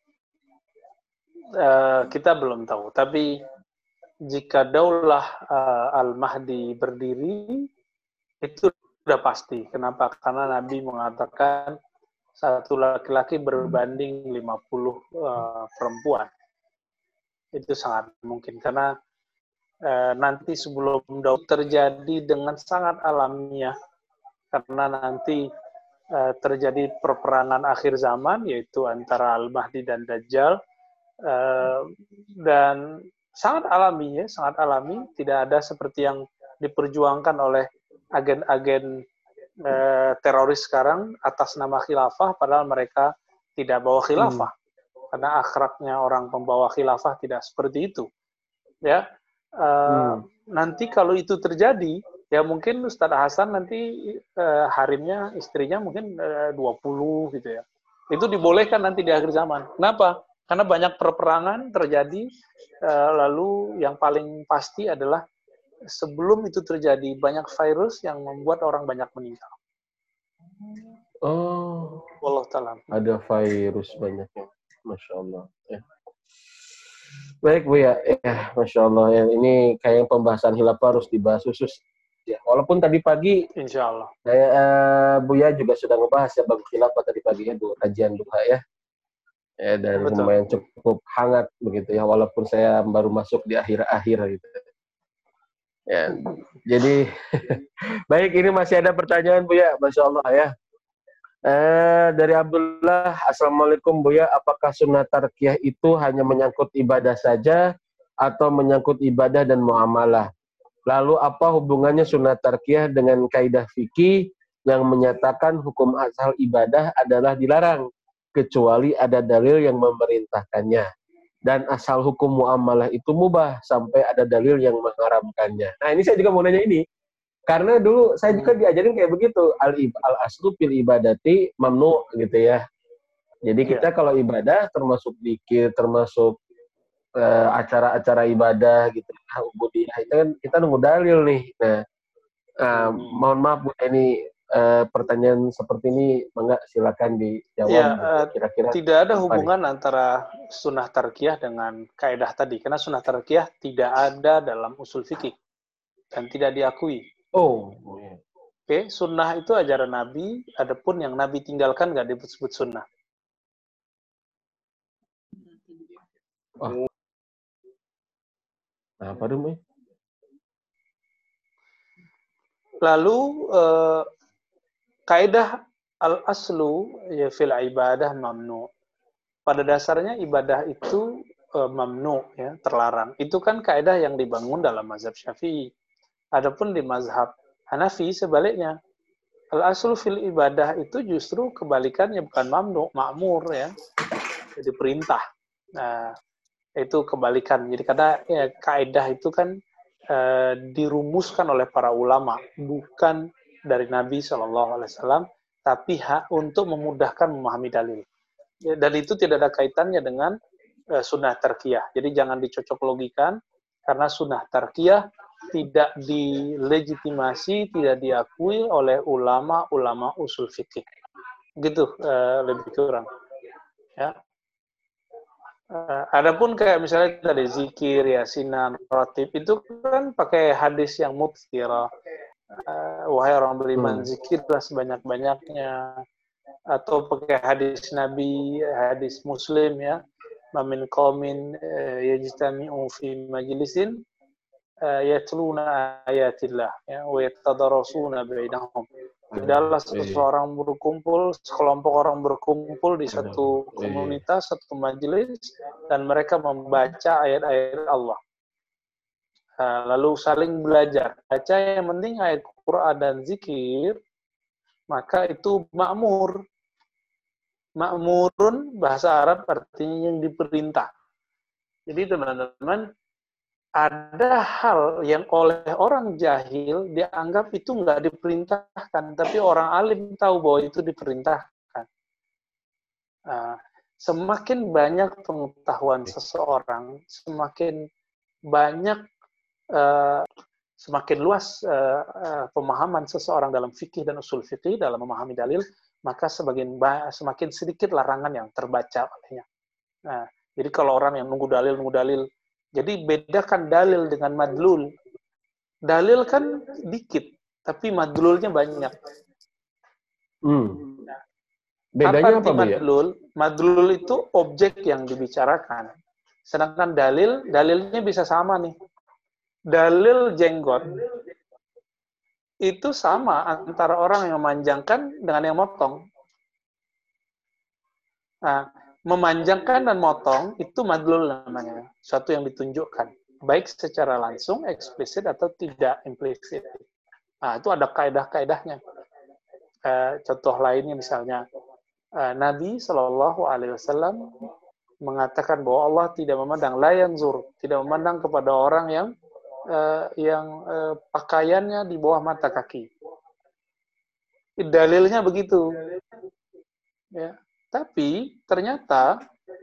kita belum tahu. Tapi jika Daulah Al-Mahdi berdiri, itu sudah pasti. Kenapa? Karena Nabi mengatakan satu laki-laki berbanding 50 perempuan. Itu sangat mungkin. Karena nanti sebelum Daud terjadi dengan sangat alamiah. Karena nanti terjadi perperangan akhir zaman, yaitu antara Al-Mahdi dan Dajjal, dan sangat alami ya, sangat alami, tidak ada seperti yang diperjuangkan oleh agen-agen teroris sekarang atas nama khilafah, padahal mereka tidak bawa khilafah, karena akhlaknya orang pembawa khilafah tidak seperti itu. Ya, nanti kalau itu terjadi, ya mungkin Ustadz Hasan nanti harimnya, istrinya mungkin 20 gitu ya. Itu dibolehkan nanti di akhir zaman. Kenapa? Karena banyak perperangan terjadi, lalu yang paling pasti adalah sebelum itu terjadi banyak virus yang membuat orang banyak meninggal. Oh, Wallahu ta'ala. ada virus banyaknya, Masya Allah. Ya. Baik Bu ya, Masya Allah. Ya, ini kayak pembahasan khilafah harus dibahas khusus. Ya, walaupun tadi pagi, Insya Allah. saya Buya juga sudah ngebahas ya bab khilafah tadi pagi ya, kajian duha ya. Dan lumayan cukup hangat begitu ya, walaupun saya baru masuk di akhir-akhir gitu. Ya, jadi baik, ini masih ada pertanyaan Bu ya, Masya Allah ya. Dari Abdullah, Assalamualaikum Buya, apakah sunnah tarkiyah itu hanya menyangkut ibadah saja atau menyangkut ibadah dan muamalah? Lalu apa hubungannya sunnah tarkiyah dengan kaidah fikih yang menyatakan hukum asal ibadah adalah dilarang kecuali ada dalil yang memerintahkannya, dan asal hukum muamalah itu mubah sampai ada dalil yang mengharamkannya? Nah, ini saya juga mau nanya ini. Karena dulu saya juga diajarin kayak begitu, al-aslu fil ibadati mamnu gitu ya. Jadi kita kalau ibadah termasuk zikir, termasuk acara-acara ibadah gitu, ubudiyah itu kan kita nunggu dalil nih. Nah, mohon maaf Bu, ini pertanyaan seperti ini enggak silakan dijawab. Ya, kira-kira tidak ada hubungan antara sunnah tarkiyah dengan kaidah tadi, karena sunnah tarkiyah tidak ada dalam usul fikih dan tidak diakui. Oke, sunnah itu ajaran Nabi, adapun yang Nabi tinggalkan nggak disebut sunnah. Nah, apa dulu? Lalu kaidah al-aslu ya fil ibadah mamnu. Pada dasarnya ibadah itu mamnu ya, terlarang. Itu kan kaidah yang dibangun dalam mazhab Syafi'i. Adapun di mazhab Hanafi sebaliknya. Al-aslu fil ibadah itu justru kebalikannya, bukan mamnu, ma'mur ya. Jadi perintah. Nah, itu kebalikan. Jadi karena ya, kaidah itu kan dirumuskan oleh para ulama, bukan dari Nabi SAW, tapi untuk memudahkan memahami dalil. Ya, dan itu tidak ada kaitannya dengan sunnah tarkiyah. Jadi jangan dicocok logikan, karena sunnah tarkiyah tidak dilegitimasi, tidak diakui oleh ulama-ulama usul fikih. Gitu lebih kurang. Ya. Adapun kayak misalnya tadi zikir, yasinan, rotib, itu kan pakai hadis yang mutfirah. Wahai orang beriman, zikirlah sebanyak-banyaknya. Atau pakai hadis Nabi, hadis Muslim ya. Mamin qaumin yajtami'u fi majlisin yatluna ayatillah ya wa yatadarasuna bainahum. Tidaklah seseorang berkumpul, sekelompok orang berkumpul di satu komunitas, satu majelis, dan mereka membaca ayat-ayat Allah. Lalu saling belajar. Baca yang penting ayat Quran dan zikir, maka itu ma'mur. Ma'murun bahasa Arab artinya yang diperintah. Jadi teman-teman, ada hal yang oleh orang jahil dianggap itu nggak diperintahkan, tapi orang alim tahu bahwa itu diperintahkan. Semakin banyak pengetahuan seseorang, semakin banyak, semakin luas pemahaman seseorang dalam fikih dan usul fikih, dalam memahami dalil, maka semakin sedikit larangan yang terbaca olehnya. Nah, jadi kalau orang yang nunggu dalil, jadi bedakan dalil dengan madlul. Dalil kan dikit, tapi madlulnya banyak. Bedanya apa, madlul? Madlul itu objek yang dibicarakan. Sedangkan dalilnya bisa sama nih. Dalil jenggot itu sama antara orang yang memanjangkan dengan yang motong. Nah, memanjangkan dan motong itu madlul namanya, satu yang ditunjukkan, baik secara langsung, eksplisit atau tidak implisit. Nah, itu ada kaidah-kaidahnya. Contoh lainnya misalnya, Nabi Shallallahu Alaihi Wasallam mengatakan bahwa Allah tidak memandang, la yanzur, tidak memandang kepada orang yang pakaiannya di bawah mata kaki. Dalilnya begitu. Ya. Tapi ternyata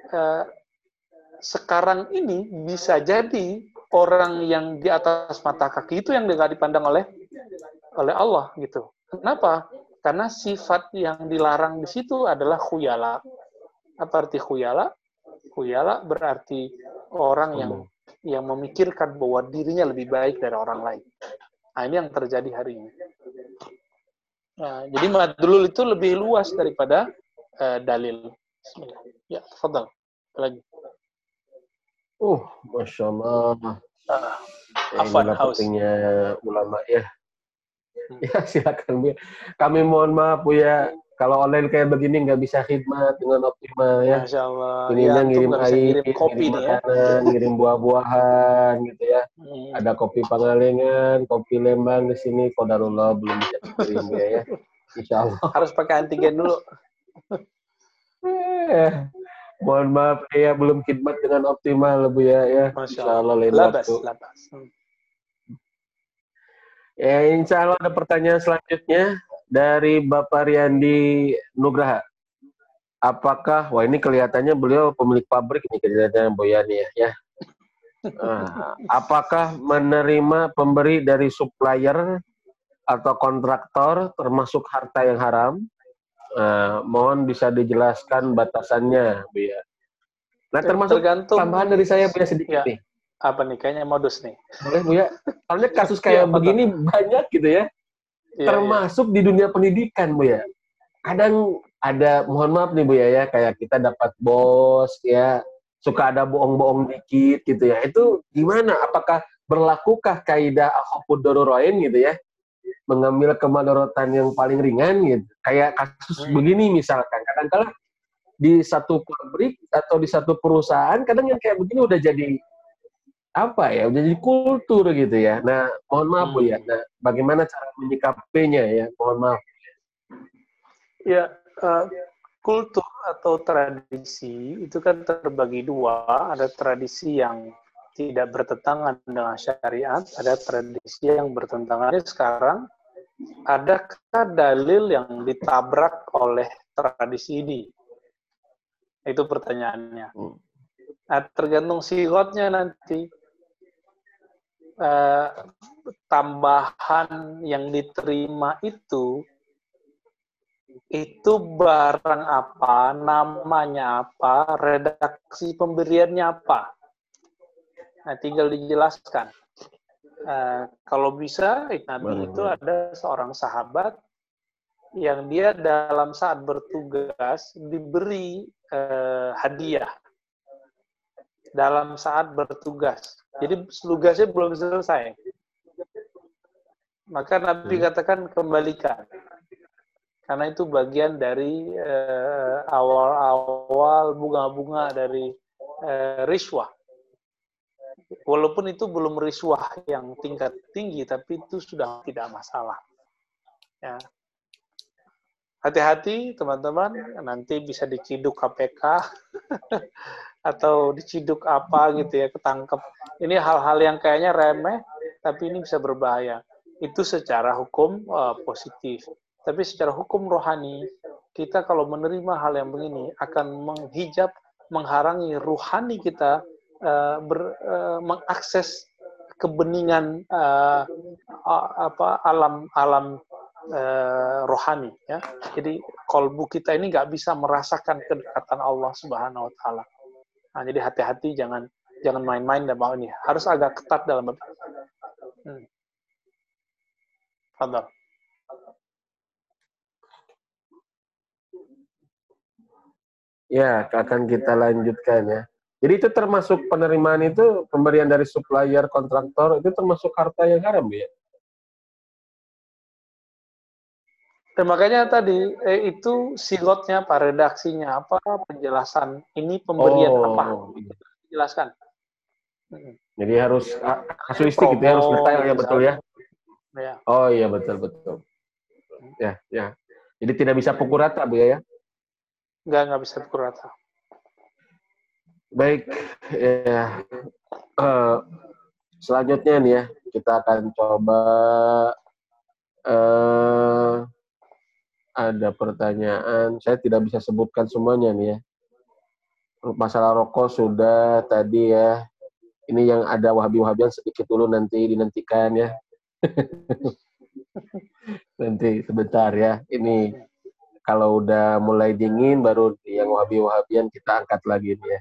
sekarang ini bisa jadi orang yang di atas mata kaki itu yang tidak dipandang oleh Allah gitu. Kenapa? Karena sifat yang dilarang di situ adalah khuyala. Apa arti khuyala? Khuyala berarti orang yang memikirkan bahwa dirinya lebih baik dari orang lain. Nah, ini yang terjadi hari ini. Nah, jadi madlul itu lebih luas daripada dalil. Bismillah. Ya, tafadhal. Lagi. Masya Allah. Afwan, Inilah haus. pentingnya ulama ya. Ya silakan Bu. Kami mohon maaf Bu ya, kalau online kayak begini nggak bisa khidmat dengan optimal ya. Masya Allah. Ini Ya, antum ngirim nggak bisa air, ngirim kopi ngirim nih ya. makanan, ngirim buah-buahan gitu ya. Ada kopi Pangalengan, kopi Lembang di sini. Qadarullah belum bisa dikirim Bu ya. Insya Allah. Harus pakai antigen dulu. Mohon maaf ya, belum khidmat dengan optimal Bu ya. Masya Insya Allah lain Labas, waktu. labas. Ya, insya Allah ada pertanyaan selanjutnya dari Bapak Riyandi Nugraha. Apakah, wah ini kelihatannya beliau pemilik pabrik ini kelihatannya Boyani ya. Apakah menerima pemberi dari supplier atau kontraktor termasuk harta yang haram? Mohon bisa dijelaskan batasannya, Bu ya. Nah, termasuk tergantung tambahan dari saya punya sedikit ya, nih. apa nih? Kayaknya modus nih. Boleh Bu ya? Soalnya kasus Ya, kayak begini banyak gitu ya. Termasuk di dunia pendidikan Bu ya. Kadang ada, mohon maaf nih Bu ya, kayak kita dapat bos ya, suka ada bohong-bohong dikit gitu ya. Itu gimana? Apakah berlakukah kaidah al-khafdud darurain gitu ya? Mengambil kemadharatan yang paling ringan gitu. Kayak kasus begini misalkan, kadang-kadang di satu pabrik atau di satu perusahaan kadang yang kayak begini udah jadi apa ya, udah jadi kultur gitu ya. Nah, mohon maaf Bu ya. Nah, bagaimana cara menyikapinya ya? Mohon maaf. Ya, kultur atau tradisi itu kan terbagi dua. Ada tradisi yang tidak bertentangan dengan syariat, ada tradisi yang bertentangan. Sekarang, adakah dalil yang ditabrak oleh tradisi ini? Itu pertanyaannya. Nah, tergantung sigotnya nanti. Tambahan yang diterima itu barang apa, namanya apa, redaksi pemberiannya apa. Nah, tinggal dijelaskan. Kalau bisa, Nabi itu ada seorang sahabat yang dia dalam saat bertugas diberi hadiah dalam saat bertugas. Jadi tugasnya belum selesai. Maka Nabi katakan kembalikan. Karena itu bagian dari awal-awal bunga-bunga dari riswah. Walaupun itu belum riswah yang tingkat tinggi, tapi itu sudah tidak masalah. Ya. Hati-hati teman-teman, nanti bisa diciduk KPK atau diciduk apa gitu ya, ketangkep. Ini hal-hal yang kayaknya remeh, tapi ini bisa berbahaya. Itu secara hukum positif. Tapi secara hukum rohani, kita kalau menerima hal yang begini akan menghijab, menghalangi ruhani kita mengakses kebeningan alam rohani ya. Jadi kolbu kita ini nggak bisa merasakan kedekatan Allah Subhanahu Wa Taala. Nah, jadi hati-hati, jangan main-main dalam ini. Harus agak ketat dalam Fadal. Ya, akan kita lanjutkan ya. Jadi itu termasuk penerimaan itu, pemberian dari supplier, kontraktor, itu termasuk harta yang haram ya? Dan makanya tadi itu silotnya apa, redaksinya apa, penjelasan ini pemberian apa, Iya. jelaskan. Jadi harus Ini kasuistik gitu ya, harus promo detail gitu ya, betul ya. misalnya. Ya. Oh iya, betul betul. Ya, ya. Jadi tidak bisa pukul rata, Bu ya. Nggak bisa pukul rata. Baik, ya. Selanjutnya nih ya, kita akan coba ada pertanyaan. Saya tidak bisa sebutkan semuanya nih ya. Masalah rokok sudah tadi ya. Ini yang ada wahabi-wahabian sedikit dulu nanti dinantikan ya. Nanti sebentar ya. Ini kalau udah mulai dingin baru yang wahabi-wahabian kita angkat lagi nih ya.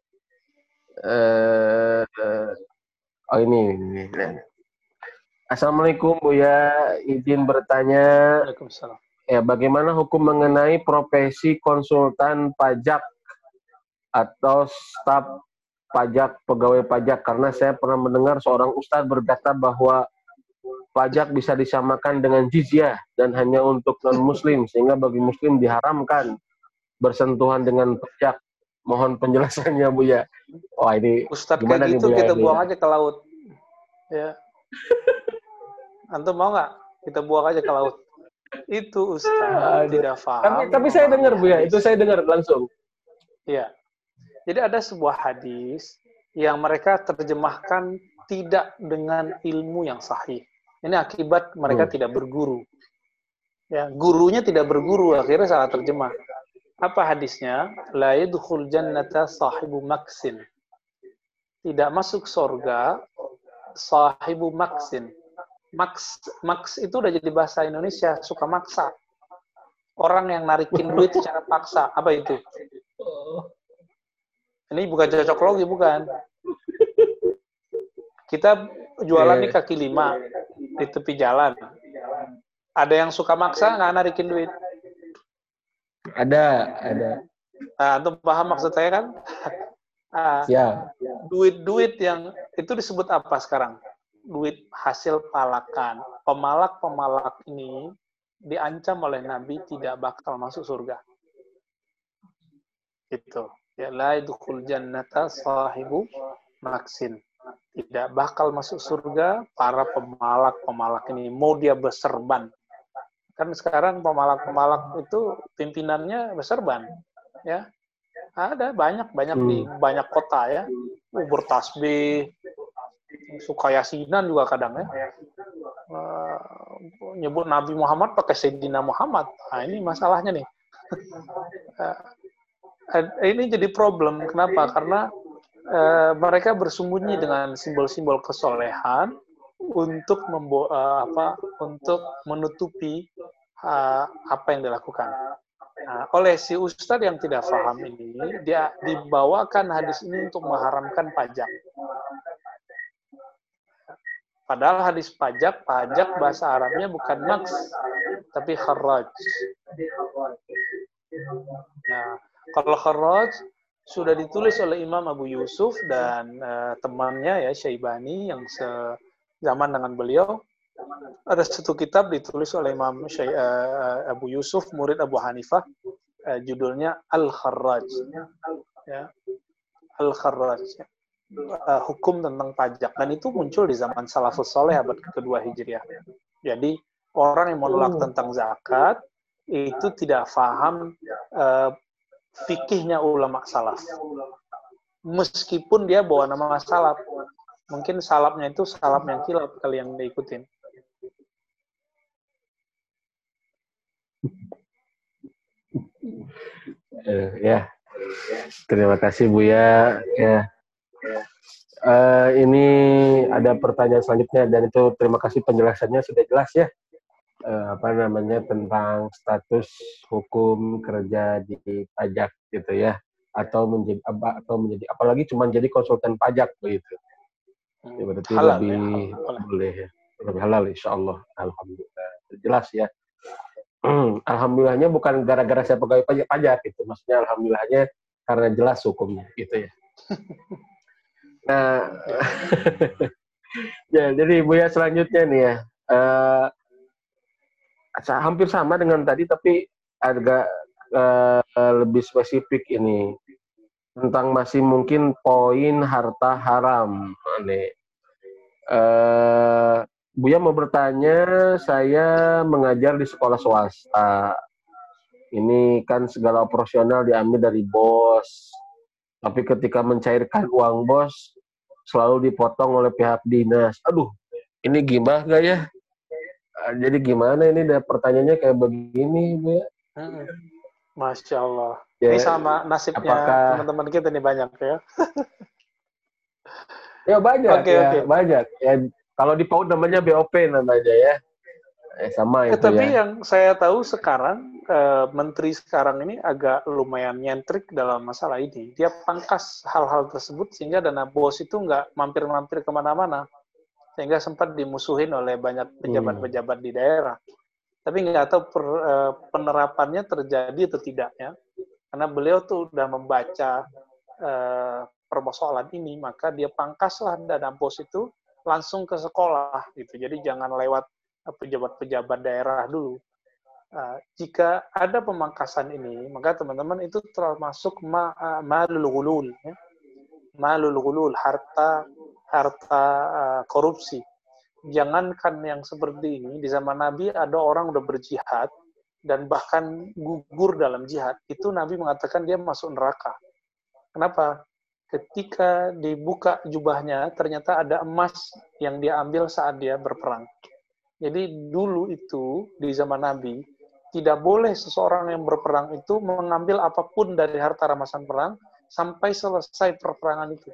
Oh ini. Assalamualaikum Buya, izin bertanya, Waalaikumsalam. ya bagaimana hukum mengenai profesi konsultan pajak atau staf pajak, pegawai pajak? Karena saya pernah mendengar seorang ustadz berkata bahwa pajak bisa disamakan dengan jizyah dan hanya untuk non-muslim, sehingga bagi muslim diharamkan bersentuhan dengan pajak. Mohon penjelasannya Buya. Wah ini Ustadz gimana kayak nih gitu Buya kita ini buang ya? aja ke laut. Ya. Antum mau nggak? Kita buang aja ke laut. Itu Ustadz Aduh. tidak paham Tapi saya dengar memahami Buya, itu hadis. saya dengar langsung. Ya. Jadi ada sebuah hadis yang mereka terjemahkan tidak dengan ilmu yang sahih. Ini akibat mereka tidak berguru. Ya, gurunya tidak berguru, akhirnya salah terjemah. Apa hadisnya? La yadkhul jannata sahibu maksin. Tidak masuk surga sahibu maksin. Maks itu udah jadi bahasa Indonesia, suka maksa. Orang yang narikin duit secara paksa. Apa itu? Ini bukan cocok logi, bukan. Kita jualan nih kaki lima di tepi jalan. Ada yang suka maksa nggak narikin duit? Ada. Nah, antum paham maksud saya kan? Siap. Duit-duit yang itu disebut apa sekarang? Duit hasil palakan. Pemalak-pemalak ini diancam oleh Nabi tidak bakal masuk surga. Itu. Ya la yadkhul jannata sahibu maksin. Tidak bakal masuk surga para pemalak-pemalak ini. Mau dia berserban. Kan sekarang pemalak-pemalak itu pimpinannya berserban. Ya. Ada banyak di banyak kota ya. Bertasbih, suka yasinan juga kadang ya. Nyebut Nabi Muhammad pakai Sayyidina Muhammad. Nah, ini masalahnya nih. Ini jadi problem. Kenapa? Karena mereka bersembunyi dengan simbol-simbol kesolehan untuk untuk menutupi apa yang dilakukan. Nah, oleh si ustadz yang tidak paham ini, dia dibawakan hadis ini untuk mengharamkan pajak. Padahal hadis pajak bahasa Arabnya bukan maks, tapi kharaj. Nah, kalau kharaj sudah ditulis oleh Imam Abu Yusuf dan temannya ya Syaibani yang sezaman dengan beliau. Ada satu kitab ditulis oleh Imam Abu Yusuf, murid Abu Hanifah, judulnya Al-Kharraj. Ya. Al-Kharraj. Hukum tentang pajak. Dan itu muncul di zaman Salafus Saleh abad kedua Hijriah. Jadi, orang yang menolak tentang zakat, itu tidak paham fikihnya ulama salaf. Meskipun dia bawa nama salaf. Mungkin salafnya itu salaf yang kilap kali yang diikutin. Ya, terima kasih Buya. Ya, ini ada pertanyaan selanjutnya dan itu terima kasih penjelasannya sudah jelas ya. Apa namanya tentang status hukum kerja di pajak gitu ya, atau menjadi apalagi cuma jadi konsultan pajak begitu. Ya, berarti halal, lebih ya, boleh ya, lebih halal insya Allah. Alhamdulillah jelas ya. Alhamdulillahnya bukan gara-gara saya pegawai pajak gitu, maksudnya alhamdulillahnya karena jelas hukumnya gitu ya. Nah, ya jadi Buya selanjutnya nih ya, hampir sama dengan tadi, tapi agak lebih spesifik ini tentang masih mungkin poin harta haram. Nih. Buya mau bertanya, saya mengajar di sekolah swasta. Ini kan segala operasional diambil dari bos. Tapi ketika mencairkan uang bos, selalu dipotong oleh pihak dinas. Aduh, ini gimana gak ya? Jadi gimana ini? Pertanyaannya kayak begini, Bu ya. Masya Allah. Ini Ya, sama nasibnya apakah teman-teman kita nih banyak ya. ya banyak Oke, ya, oke. banyak. Ya, kalau di PAUD namanya BOP namanya ya. Sama itu Tapi ya. yang saya tahu sekarang, menteri sekarang ini agak lumayan nyentrik dalam masalah ini. Dia pangkas hal-hal tersebut sehingga dana BOS itu nggak mampir-mampir kemana-mana. Sehingga sempat dimusuhin oleh banyak pejabat-pejabat di daerah. Tapi nggak tahu penerapannya terjadi atau tidaknya. Karena beliau tuh udah membaca persoalan ini, maka dia pangkaslah dana BOS itu langsung ke sekolah gitu. Jadi jangan lewat pejabat-pejabat daerah dulu. Jika ada pemangkasan ini, maka teman-teman itu termasuk malul ghulul, ya. Malul ghulul, harta korupsi. Jangankan yang seperti ini, di zaman Nabi ada orang udah berjihad dan bahkan gugur dalam jihad, itu Nabi mengatakan dia masuk neraka. Kenapa? Ketika dibuka jubahnya, ternyata ada emas yang dia ambil saat dia berperang. Jadi dulu itu, di zaman Nabi, tidak boleh seseorang yang berperang itu mengambil apapun dari harta rampasan perang sampai selesai perperangan itu.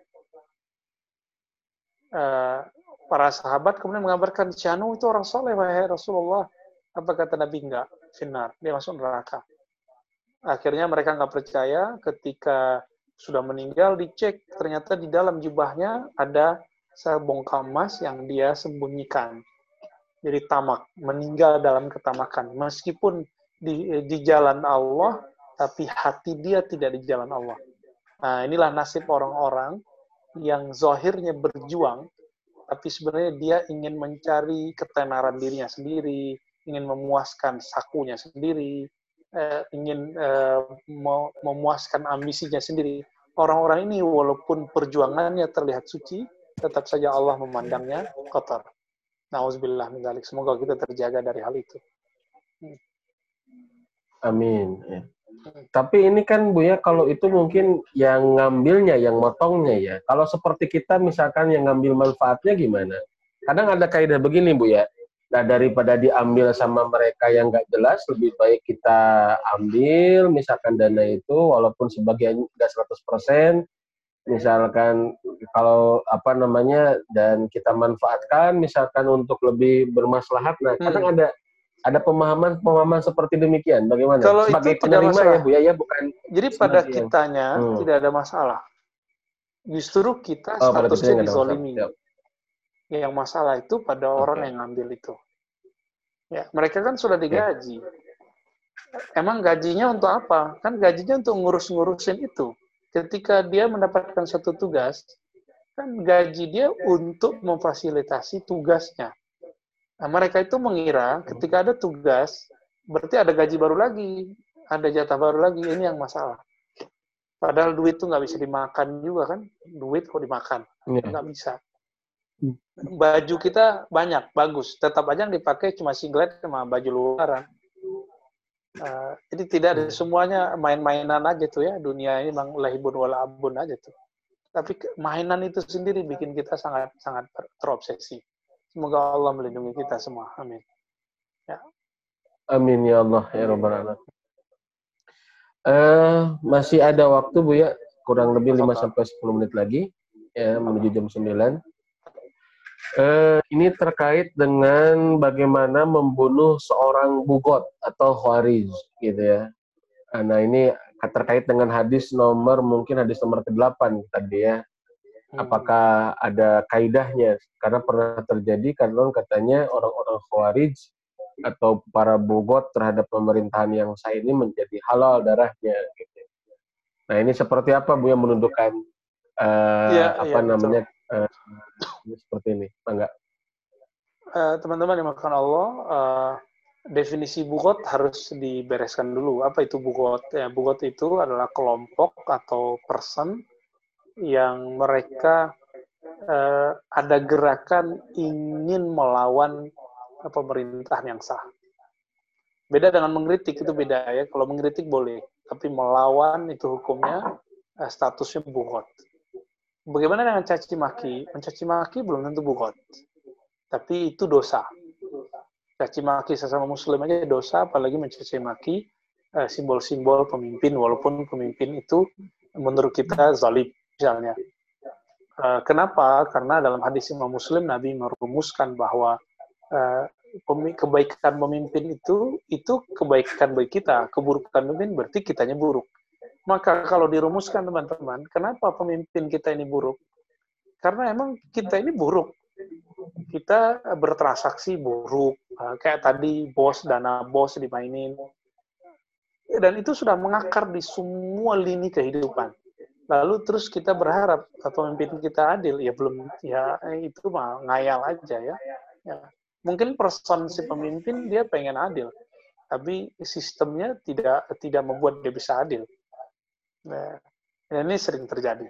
Para sahabat kemudian mengabarkan, Syanu itu orang soleh, wahai Rasulullah. Apa kata Nabi? Enggak, finnar, dia masuk neraka. Akhirnya mereka nggak percaya, ketika sudah meninggal dicek, ternyata di dalam jubahnya ada sebongkah emas yang dia sembunyikan. Jadi tamak, meninggal dalam ketamakan. Meskipun di jalan Allah, tapi hati dia tidak di jalan Allah. Nah, inilah nasib orang-orang yang zahirnya berjuang, tapi sebenarnya dia ingin mencari ketenaran dirinya sendiri, ingin memuaskan sakunya sendiri, ingin memuaskan ambisinya sendiri. Orang-orang ini walaupun perjuangannya terlihat suci, tetap saja Allah memandangnya kotor. Nauzubillah min dzalik. Semoga kita terjaga dari hal itu. Amin. Ya. Tapi ini kan Bu ya, kalau itu mungkin yang ngambilnya, yang motongnya ya. Kalau seperti kita misalkan yang ngambil manfaatnya gimana? Kadang ada kaidah begini Bu ya. Nah, daripada diambil sama mereka yang nggak jelas, lebih baik kita ambil misalkan dana itu walaupun sebagian nggak 100%, misalkan kalau apa namanya, dan kita manfaatkan misalkan untuk lebih bermaslahat. Nah, kadang ada pemahaman seperti demikian. Bagaimana? Kalau Sebagai itu tidak penerima masalah. ya Bu ya, bukan. Jadi pada kitanya tidak ada masalah. Justru kita statusnya dizolimi. Yang masalah itu pada orang yang ngambil itu. Ya, mereka kan sudah digaji. Emang gajinya untuk apa? Kan gajinya untuk ngurus-ngurusin itu. Ketika dia mendapatkan satu tugas, kan gaji dia untuk memfasilitasi tugasnya. Nah, mereka itu mengira ketika ada tugas, berarti ada gaji baru lagi, ada jatah baru lagi. Ini yang masalah. Padahal duit itu nggak bisa dimakan juga kan? Duit kok dimakan? Nggak bisa. Baju kita banyak, bagus. Tetap aja yang dipakai cuma singlet sama baju luaran. Jadi tidak ada semuanya main-mainan aja tuh ya. Dunia ini memang lahibun wala abun aja tuh. Tapi mainan itu sendiri bikin kita sangat terobsesi. Semoga Allah melindungi kita semua. Amin. Ya. Amin ya Allah ya Rabbal Alamin. Masih ada waktu Bu ya, kurang lebih 5-10 menit lagi ya, menuju jam 9. Ini terkait dengan bagaimana membunuh seorang bugot atau khawarij gitu ya. Nah, ini terkait dengan hadis nomor ke-8 tadi ya. Apakah ada kaidahnya? Karena pernah terjadi katanya orang-orang khawarij atau para bugot terhadap pemerintahan yang sah ini menjadi halal darahnya gitu. Nah, ini seperti apa Bu yang menundukkan namanya seperti ini, enggak? Teman-teman dimakan Allah, definisi bugot harus dibereskan dulu. Apa itu bugot? Ya, bugot itu adalah kelompok atau person yang mereka ada gerakan ingin melawan pemerintahan yang sah. Beda dengan mengkritik, itu beda ya. Kalau mengkritik boleh, tapi melawan itu hukumnya statusnya bugot. Bagaimana dengan caci maki? Mencaci maki belum tentu bugot, tapi itu dosa. Caci maki sesama muslim aja dosa, apalagi mencaci maki simbol-simbol pemimpin, walaupun pemimpin itu menurut kita zalim misalnya. Kenapa? Karena dalam hadis Imam Muslim Nabi merumuskan bahwa kebaikan pemimpin itu kebaikan bagi kita, keburukan pemimpin berarti kitanya buruk. Maka kalau dirumuskan teman-teman, kenapa pemimpin kita ini buruk? Karena emang kita ini buruk. Kita bertransaksi buruk, kayak tadi dana bos dimainin, dan itu sudah mengakar di semua lini kehidupan. Lalu terus kita berharap pemimpin kita adil, ya belum, ya itu mah ngayal aja ya. Mungkin person si pemimpin dia pengen adil, tapi sistemnya tidak membuat dia bisa adil. Nah, ini sering terjadi.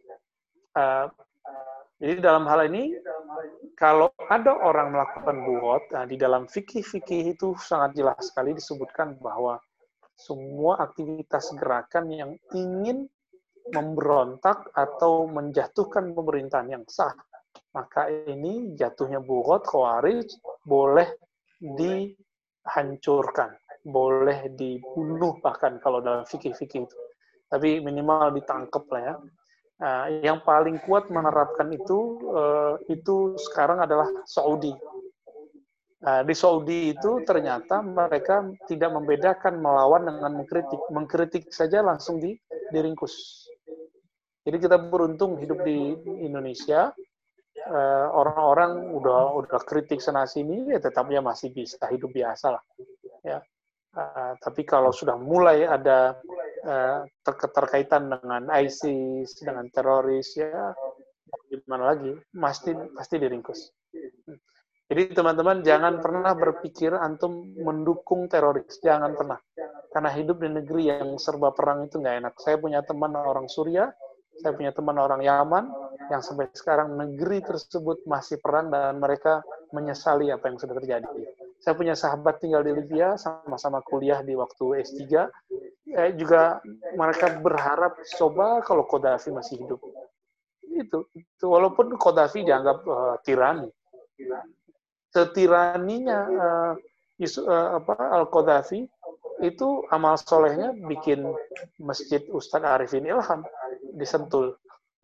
Jadi dalam hal ini, kalau ada orang melakukan bugot, di dalam fikih itu sangat jelas sekali disebutkan bahwa semua aktivitas gerakan yang ingin memberontak atau menjatuhkan pemerintahan yang sah, maka ini jatuhnya bugot, khawarij, boleh dihancurkan, boleh dibunuh bahkan kalau dalam fikih-fikih itu. Tapi minimal ditangkap lah ya. Yang paling kuat menerapkan itu sekarang adalah Saudi. Di Saudi itu ternyata mereka tidak membedakan melawan dengan mengkritik. Mengkritik saja langsung diringkus. Jadi kita beruntung hidup di Indonesia. Orang-orang udah kritik sana sini, ya tetapnya masih bisa hidup biasa lah. Ya. Tapi kalau sudah mulai ada keterkaitan dengan ISIS, dengan teroris, ya gimana lagi, pasti diringkus. Jadi teman-teman jangan pernah berpikir antum mendukung teroris, jangan pernah. Karena hidup di negeri yang serba perang itu nggak enak. Saya punya teman orang Suriah, saya punya teman orang Yaman, yang sampai sekarang negeri tersebut masih perang dan mereka menyesali apa yang sudah terjadi. Saya punya sahabat tinggal di Libya, sama-sama kuliah di waktu S3, juga mereka berharap coba kalau Qaddafi masih hidup. Itu walaupun Qaddafi dianggap tirani. Setiraninya Al-Qaddafi itu amal solehnya bikin masjid Ustadz Arifin Ilham di Sentul.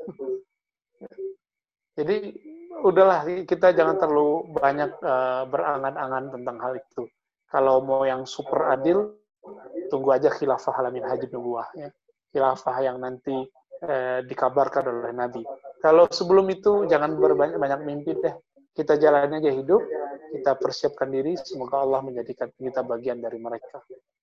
Jadi udahlah, kita jangan terlalu banyak berangan-angan tentang hal itu. Kalau mau yang super adil, tunggu aja khilafah Alamin Hajib Nubuwah, ya. Khilafah yang nanti dikabarkan oleh Nabi. Kalau sebelum itu jangan berbanyak mimpi deh. Kita jalani aja hidup, kita persiapkan diri, semoga Allah menjadikan kita bagian dari mereka.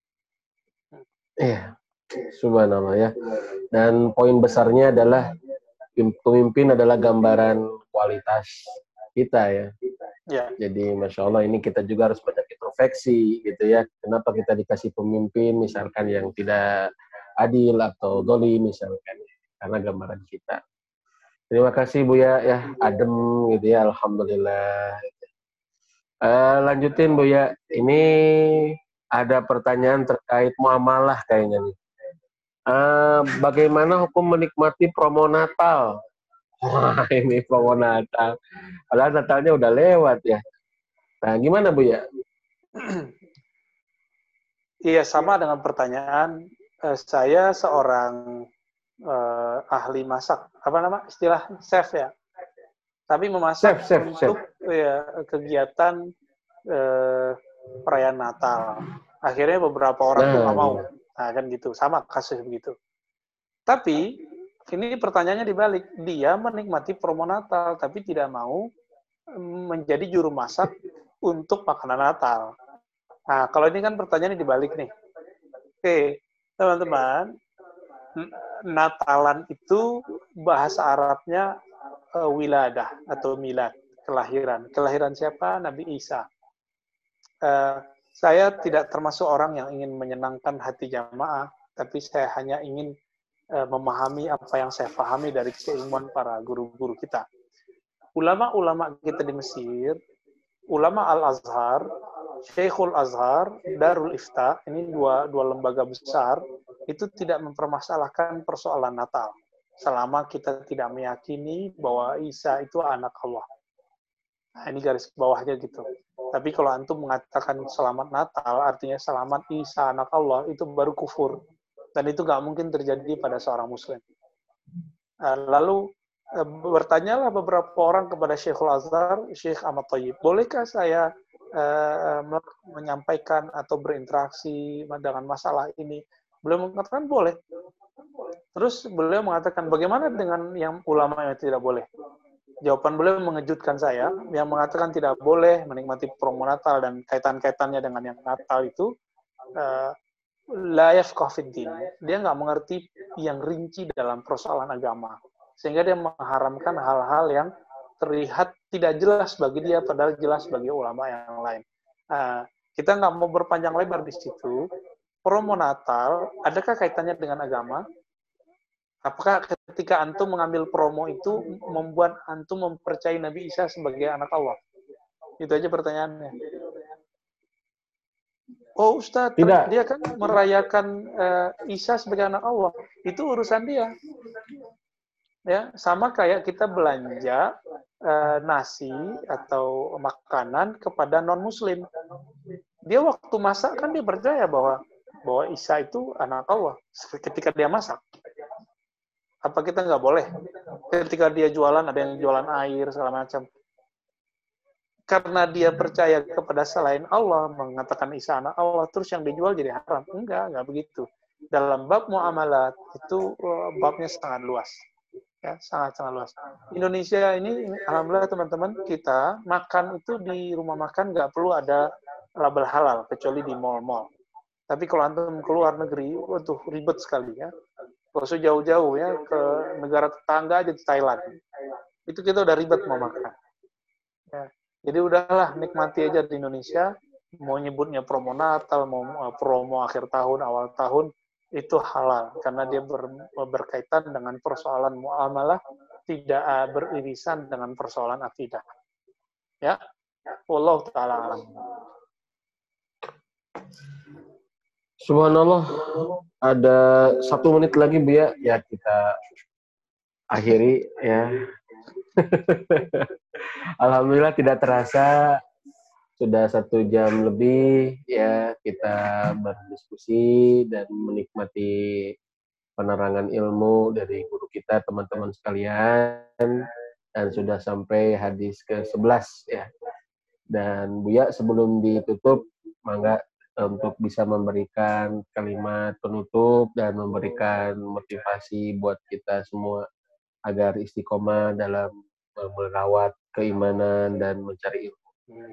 Iya, subhanallah ya. Dan poin besarnya adalah pemimpin adalah gambaran kualitas kita ya. Ya. Jadi Masya Allah ini kita juga harus banyak introspeksi gitu ya. Kenapa kita dikasih pemimpin misalkan yang tidak adil atau dolim misalkan. Karena gambaran kita. Terima kasih Buya ya, adem gitu ya, alhamdulillah. Lanjutin Buya, ini ada pertanyaan terkait muamalah kayaknya nih. Bagaimana hukum menikmati promo Natal? Wah ini promo Natal, padahal Natalnya udah lewat ya. Nah gimana Buya? Iya, sama dengan pertanyaan. Saya seorang ahli masak, apa nama istilah chef ya, tapi memasak untuk ya, kegiatan perayaan Natal. Akhirnya beberapa orang tuh nggak mau, nah kan gitu, sama kasus begitu. Tapi ini pertanyaannya dibalik, dia menikmati promo Natal tapi tidak mau menjadi juru masak untuk makanan Natal. Nah kalau ini kan pertanyaannya dibalik nih. Oke, teman-teman. Natalan itu bahasa Arabnya wiladah atau milad, kelahiran. Kelahiran siapa? Nabi Isa. Saya tidak termasuk orang yang ingin menyenangkan hati jamaah, tapi saya hanya ingin memahami apa yang saya pahami dari keilmuan para guru-guru kita. Ulama-ulama kita di Mesir, ulama Al-Azhar, Syekhul Azhar, Darul Ifta, ini dua lembaga besar, itu tidak mempermasalahkan persoalan Natal. Selama kita tidak meyakini bahwa Isa itu anak Allah. Nah, ini garis bawahnya gitu. Tapi kalau antum mengatakan selamat Natal, artinya selamat Isa anak Allah, itu baru kufur. Dan itu nggak mungkin terjadi pada seorang Muslim. Lalu bertanyalah beberapa orang kepada Syekhul Azhar, Syekh Ahmad Thayyib, bolehkah saya menyampaikan atau berinteraksi dengan masalah ini? Beliau mengatakan boleh. Terus beliau mengatakan, bagaimana dengan yang ulama yang tidak boleh? Jawaban beliau mengejutkan saya, yang mengatakan tidak boleh menikmati promo Natal dan kaitan-kaitannya dengan yang Natal itu, la yafqah fid din. Dia nggak mengerti yang rinci dalam persoalan agama. Sehingga dia mengharamkan hal-hal yang terlihat tidak jelas bagi dia, padahal jelas bagi ulama yang lain. Kita nggak mau berpanjang lebar di situ. Promo Natal, adakah kaitannya dengan agama? Apakah ketika antum mengambil promo itu membuat antum mempercayai Nabi Isa sebagai anak Allah? Itu aja pertanyaannya. Oh Ustadz, dia kan merayakan Isa sebagai anak Allah. Itu urusan dia. Ya, sama kayak kita belanja nasi atau makanan kepada non-Muslim. Dia waktu masak kan dia percaya bahwa Isa itu anak Allah ketika dia masak. Apa kita nggak boleh? Ketika dia jualan, ada yang jualan air, segala macam. Karena dia percaya kepada selain Allah, mengatakan Isa anak Allah, terus yang dijual jadi haram. Enggak begitu. Dalam bab muamalat, itu babnya sangat luas. Ya, sangat-sangat luas. Indonesia ini, alhamdulillah teman-teman, kita makan itu di rumah makan nggak perlu ada label halal, kecuali di mal-mal. Tapi kalau antum keluar negeri, waduh ribet sekali ya. Gak usah jauh-jauh ya, ke negara tetangga aja di Thailand. Itu kita udah ribet mau makan. Ya. Jadi udahlah, nikmati aja di Indonesia. Mau nyebutnya promo Natal, mau promo akhir tahun, awal tahun, itu halal. Karena dia berkaitan dengan persoalan muamalah, tidak beririsan dengan persoalan akidah. Ya, wallahu ta'ala alam. Subhanallah, ada 1 menit lagi Bu ya, kita akhiri ya. Alhamdulillah tidak terasa sudah 1 jam lebih ya kita berdiskusi dan menikmati penerangan ilmu dari guru kita teman-teman sekalian, dan sudah sampai hadis ke-11 ya. Dan Buya sebelum ditutup, mangga untuk bisa memberikan kalimat penutup dan memberikan motivasi buat kita semua agar istiqomah dalam merawat keimanan dan mencari ilmu.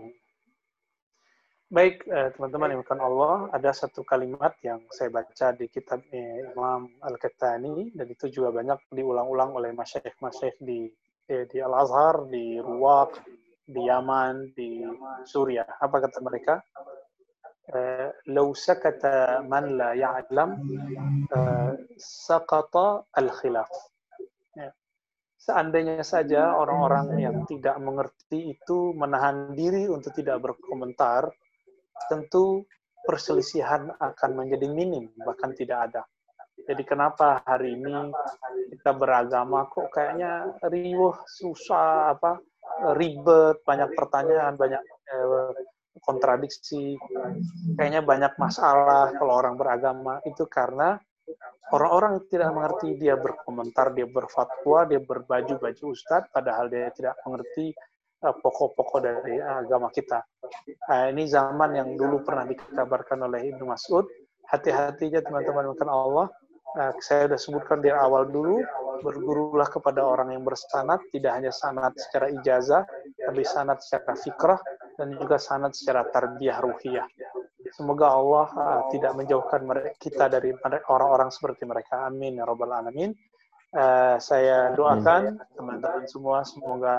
Baik, teman-teman yang dimuliakan Allah, ada satu kalimat yang saya baca di kitab Imam Al-Qahtani, dan itu juga banyak diulang-ulang oleh masyaikh-masyaikh di Al-Azhar, di Ruwaq, di Yaman, di Suriah. Apa kata mereka? "Law sakata man la ya'lam, saqata al-khilaf." Ya. Seandainya saja orang-orang yang tidak mengerti itu menahan diri untuk tidak berkomentar, tentu perselisihan akan menjadi minim, bahkan tidak ada. Jadi kenapa hari ini kita beragama kok kayaknya riuh, susah, ribet, banyak pertanyaan, banyak kontradiksi, kayaknya banyak masalah kalau orang beragama, itu karena orang-orang tidak mengerti, dia berkomentar, dia berfatwa, dia berbaju-baju ustadz, padahal dia tidak mengerti pokok-pokok dari agama kita. Ini zaman yang dulu pernah dikabarkan oleh Ibnu Mas'ud. Hati-hatinya teman-teman bukan Allah. Saya sudah sebutkan di awal dulu, bergurulah kepada orang yang bersanad, tidak hanya sanad secara ijazah, tapi sanad secara fikrah, dan juga sanad secara tarbiyah ruhiyah. Semoga Allah tidak menjauhkan kita dari orang-orang seperti mereka. Amin ya rabbal alamin. Saya doakan teman-teman semua semoga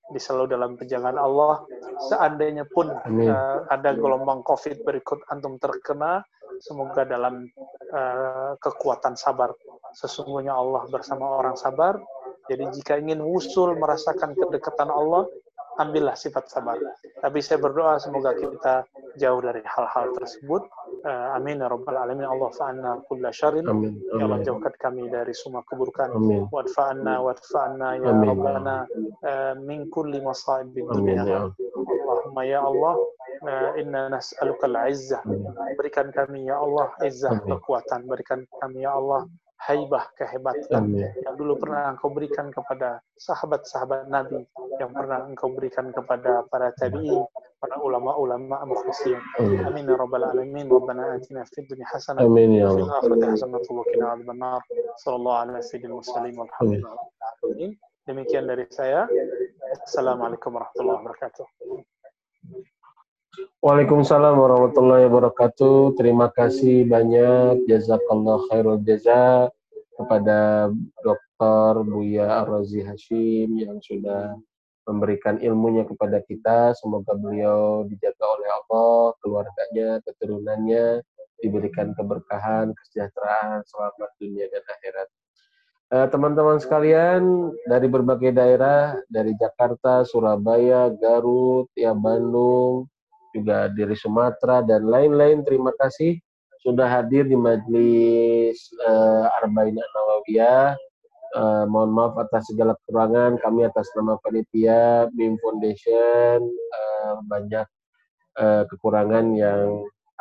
selalu dalam penjagaan Allah. Seandainya pun ada gelombang COVID berikut antum terkena, semoga dalam kekuatan sabar. Sesungguhnya Allah bersama orang sabar. Jadi jika ingin wusul merasakan kedekatan Allah, ambillah sifat sabar. Tapi saya berdoa semoga kita jauh dari hal-hal tersebut. Amin ya rabbal alamin. Allah fa'anna kulla syarin. Ya Allah jauhkan kami dari semua keburukan. Wadfa'anna ya rabbana min kulli masaibid dunya. Allahumma ya Allah, inna nas'aluka al-izzah. Berikan kami ya Allah izzah, kekuatan. Berikan kami ya Allah haibah, kehebatan yang dulu pernah Engkau berikan kepada sahabat-sahabat Nabi, yang pernah Engkau berikan kepada para tabi'in, para ulama-ulama mukhlisin. Amin ya rabbal alamin. Rabbana atina fid dunya hasanah wa fil akhirati hasanah wa qina adzabannar. Sallallahu ala sayyidil mursalin walhamdulillahi. Demikian dari saya. Assalamualaikum warahmatullahi wabarakatuh. Waalaikumsalam warahmatullahi wabarakatuh. Terima kasih banyak, jazakallah khairul jaza kepada Dr. Buya Ar-Razi Hashim yang sudah memberikan ilmunya kepada kita. Semoga beliau dijaga oleh Allah, keluarganya, keturunannya, diberikan keberkahan, kesejahteraan, selamat dunia dan akhirat. Teman-teman sekalian dari berbagai daerah, dari Jakarta, Surabaya, Garut, Bandung, juga dari Sumatera dan lain-lain, terima kasih sudah hadir di majelis Arba'in An-Nawawiyah. Mohon maaf atas segala kekurangan, kami atas nama panitia BIM Foundation banyak kekurangan yang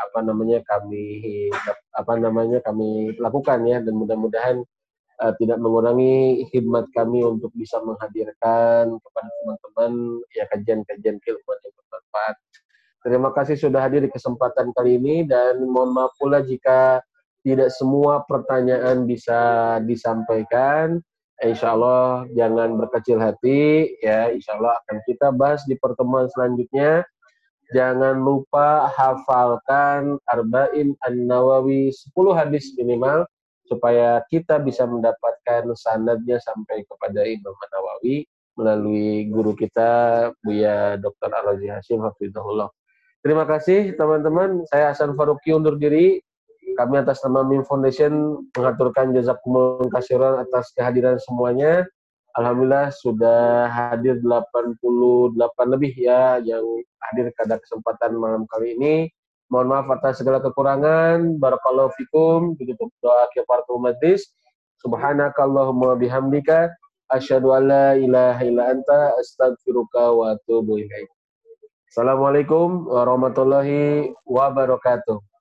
kami lakukan ya, dan mudah-mudahan tidak mengurangi khidmat kami untuk bisa menghadirkan kepada teman-teman ya kajian-kajian keilmuan yang bermanfaat. Terima kasih sudah hadir di kesempatan kali ini, dan mohon maaf pula jika tidak semua pertanyaan bisa disampaikan. Insya Allah jangan berkecil hati ya, insya Allah akan kita bahas di pertemuan selanjutnya. Jangan lupa hafalkan Arba'in An-Nawawi 10 hadis minimal supaya kita bisa mendapatkan sanadnya sampai kepada Imam An-Nawawi melalui guru kita Buya Dr. Ar-Razi Hashim hafizahullah. Terima kasih teman-teman, saya Hasan Faruqi undur diri. Kami atas nama BIM Foundation mengaturkan jazakumullah khairan atas kehadiran semuanya. Alhamdulillah sudah hadir 88 lebih ya yang hadir pada kesempatan malam kali ini. Mohon maaf atas segala kekurangan. Barakallahu fikum. Begitu doa kifaratul majlis. Subhanakallahumma bihamdika asyhadu an la ilaha illa anta astaghfiruka wa atubu ilaik. Assalamualaikum warahmatullahi wabarakatuh.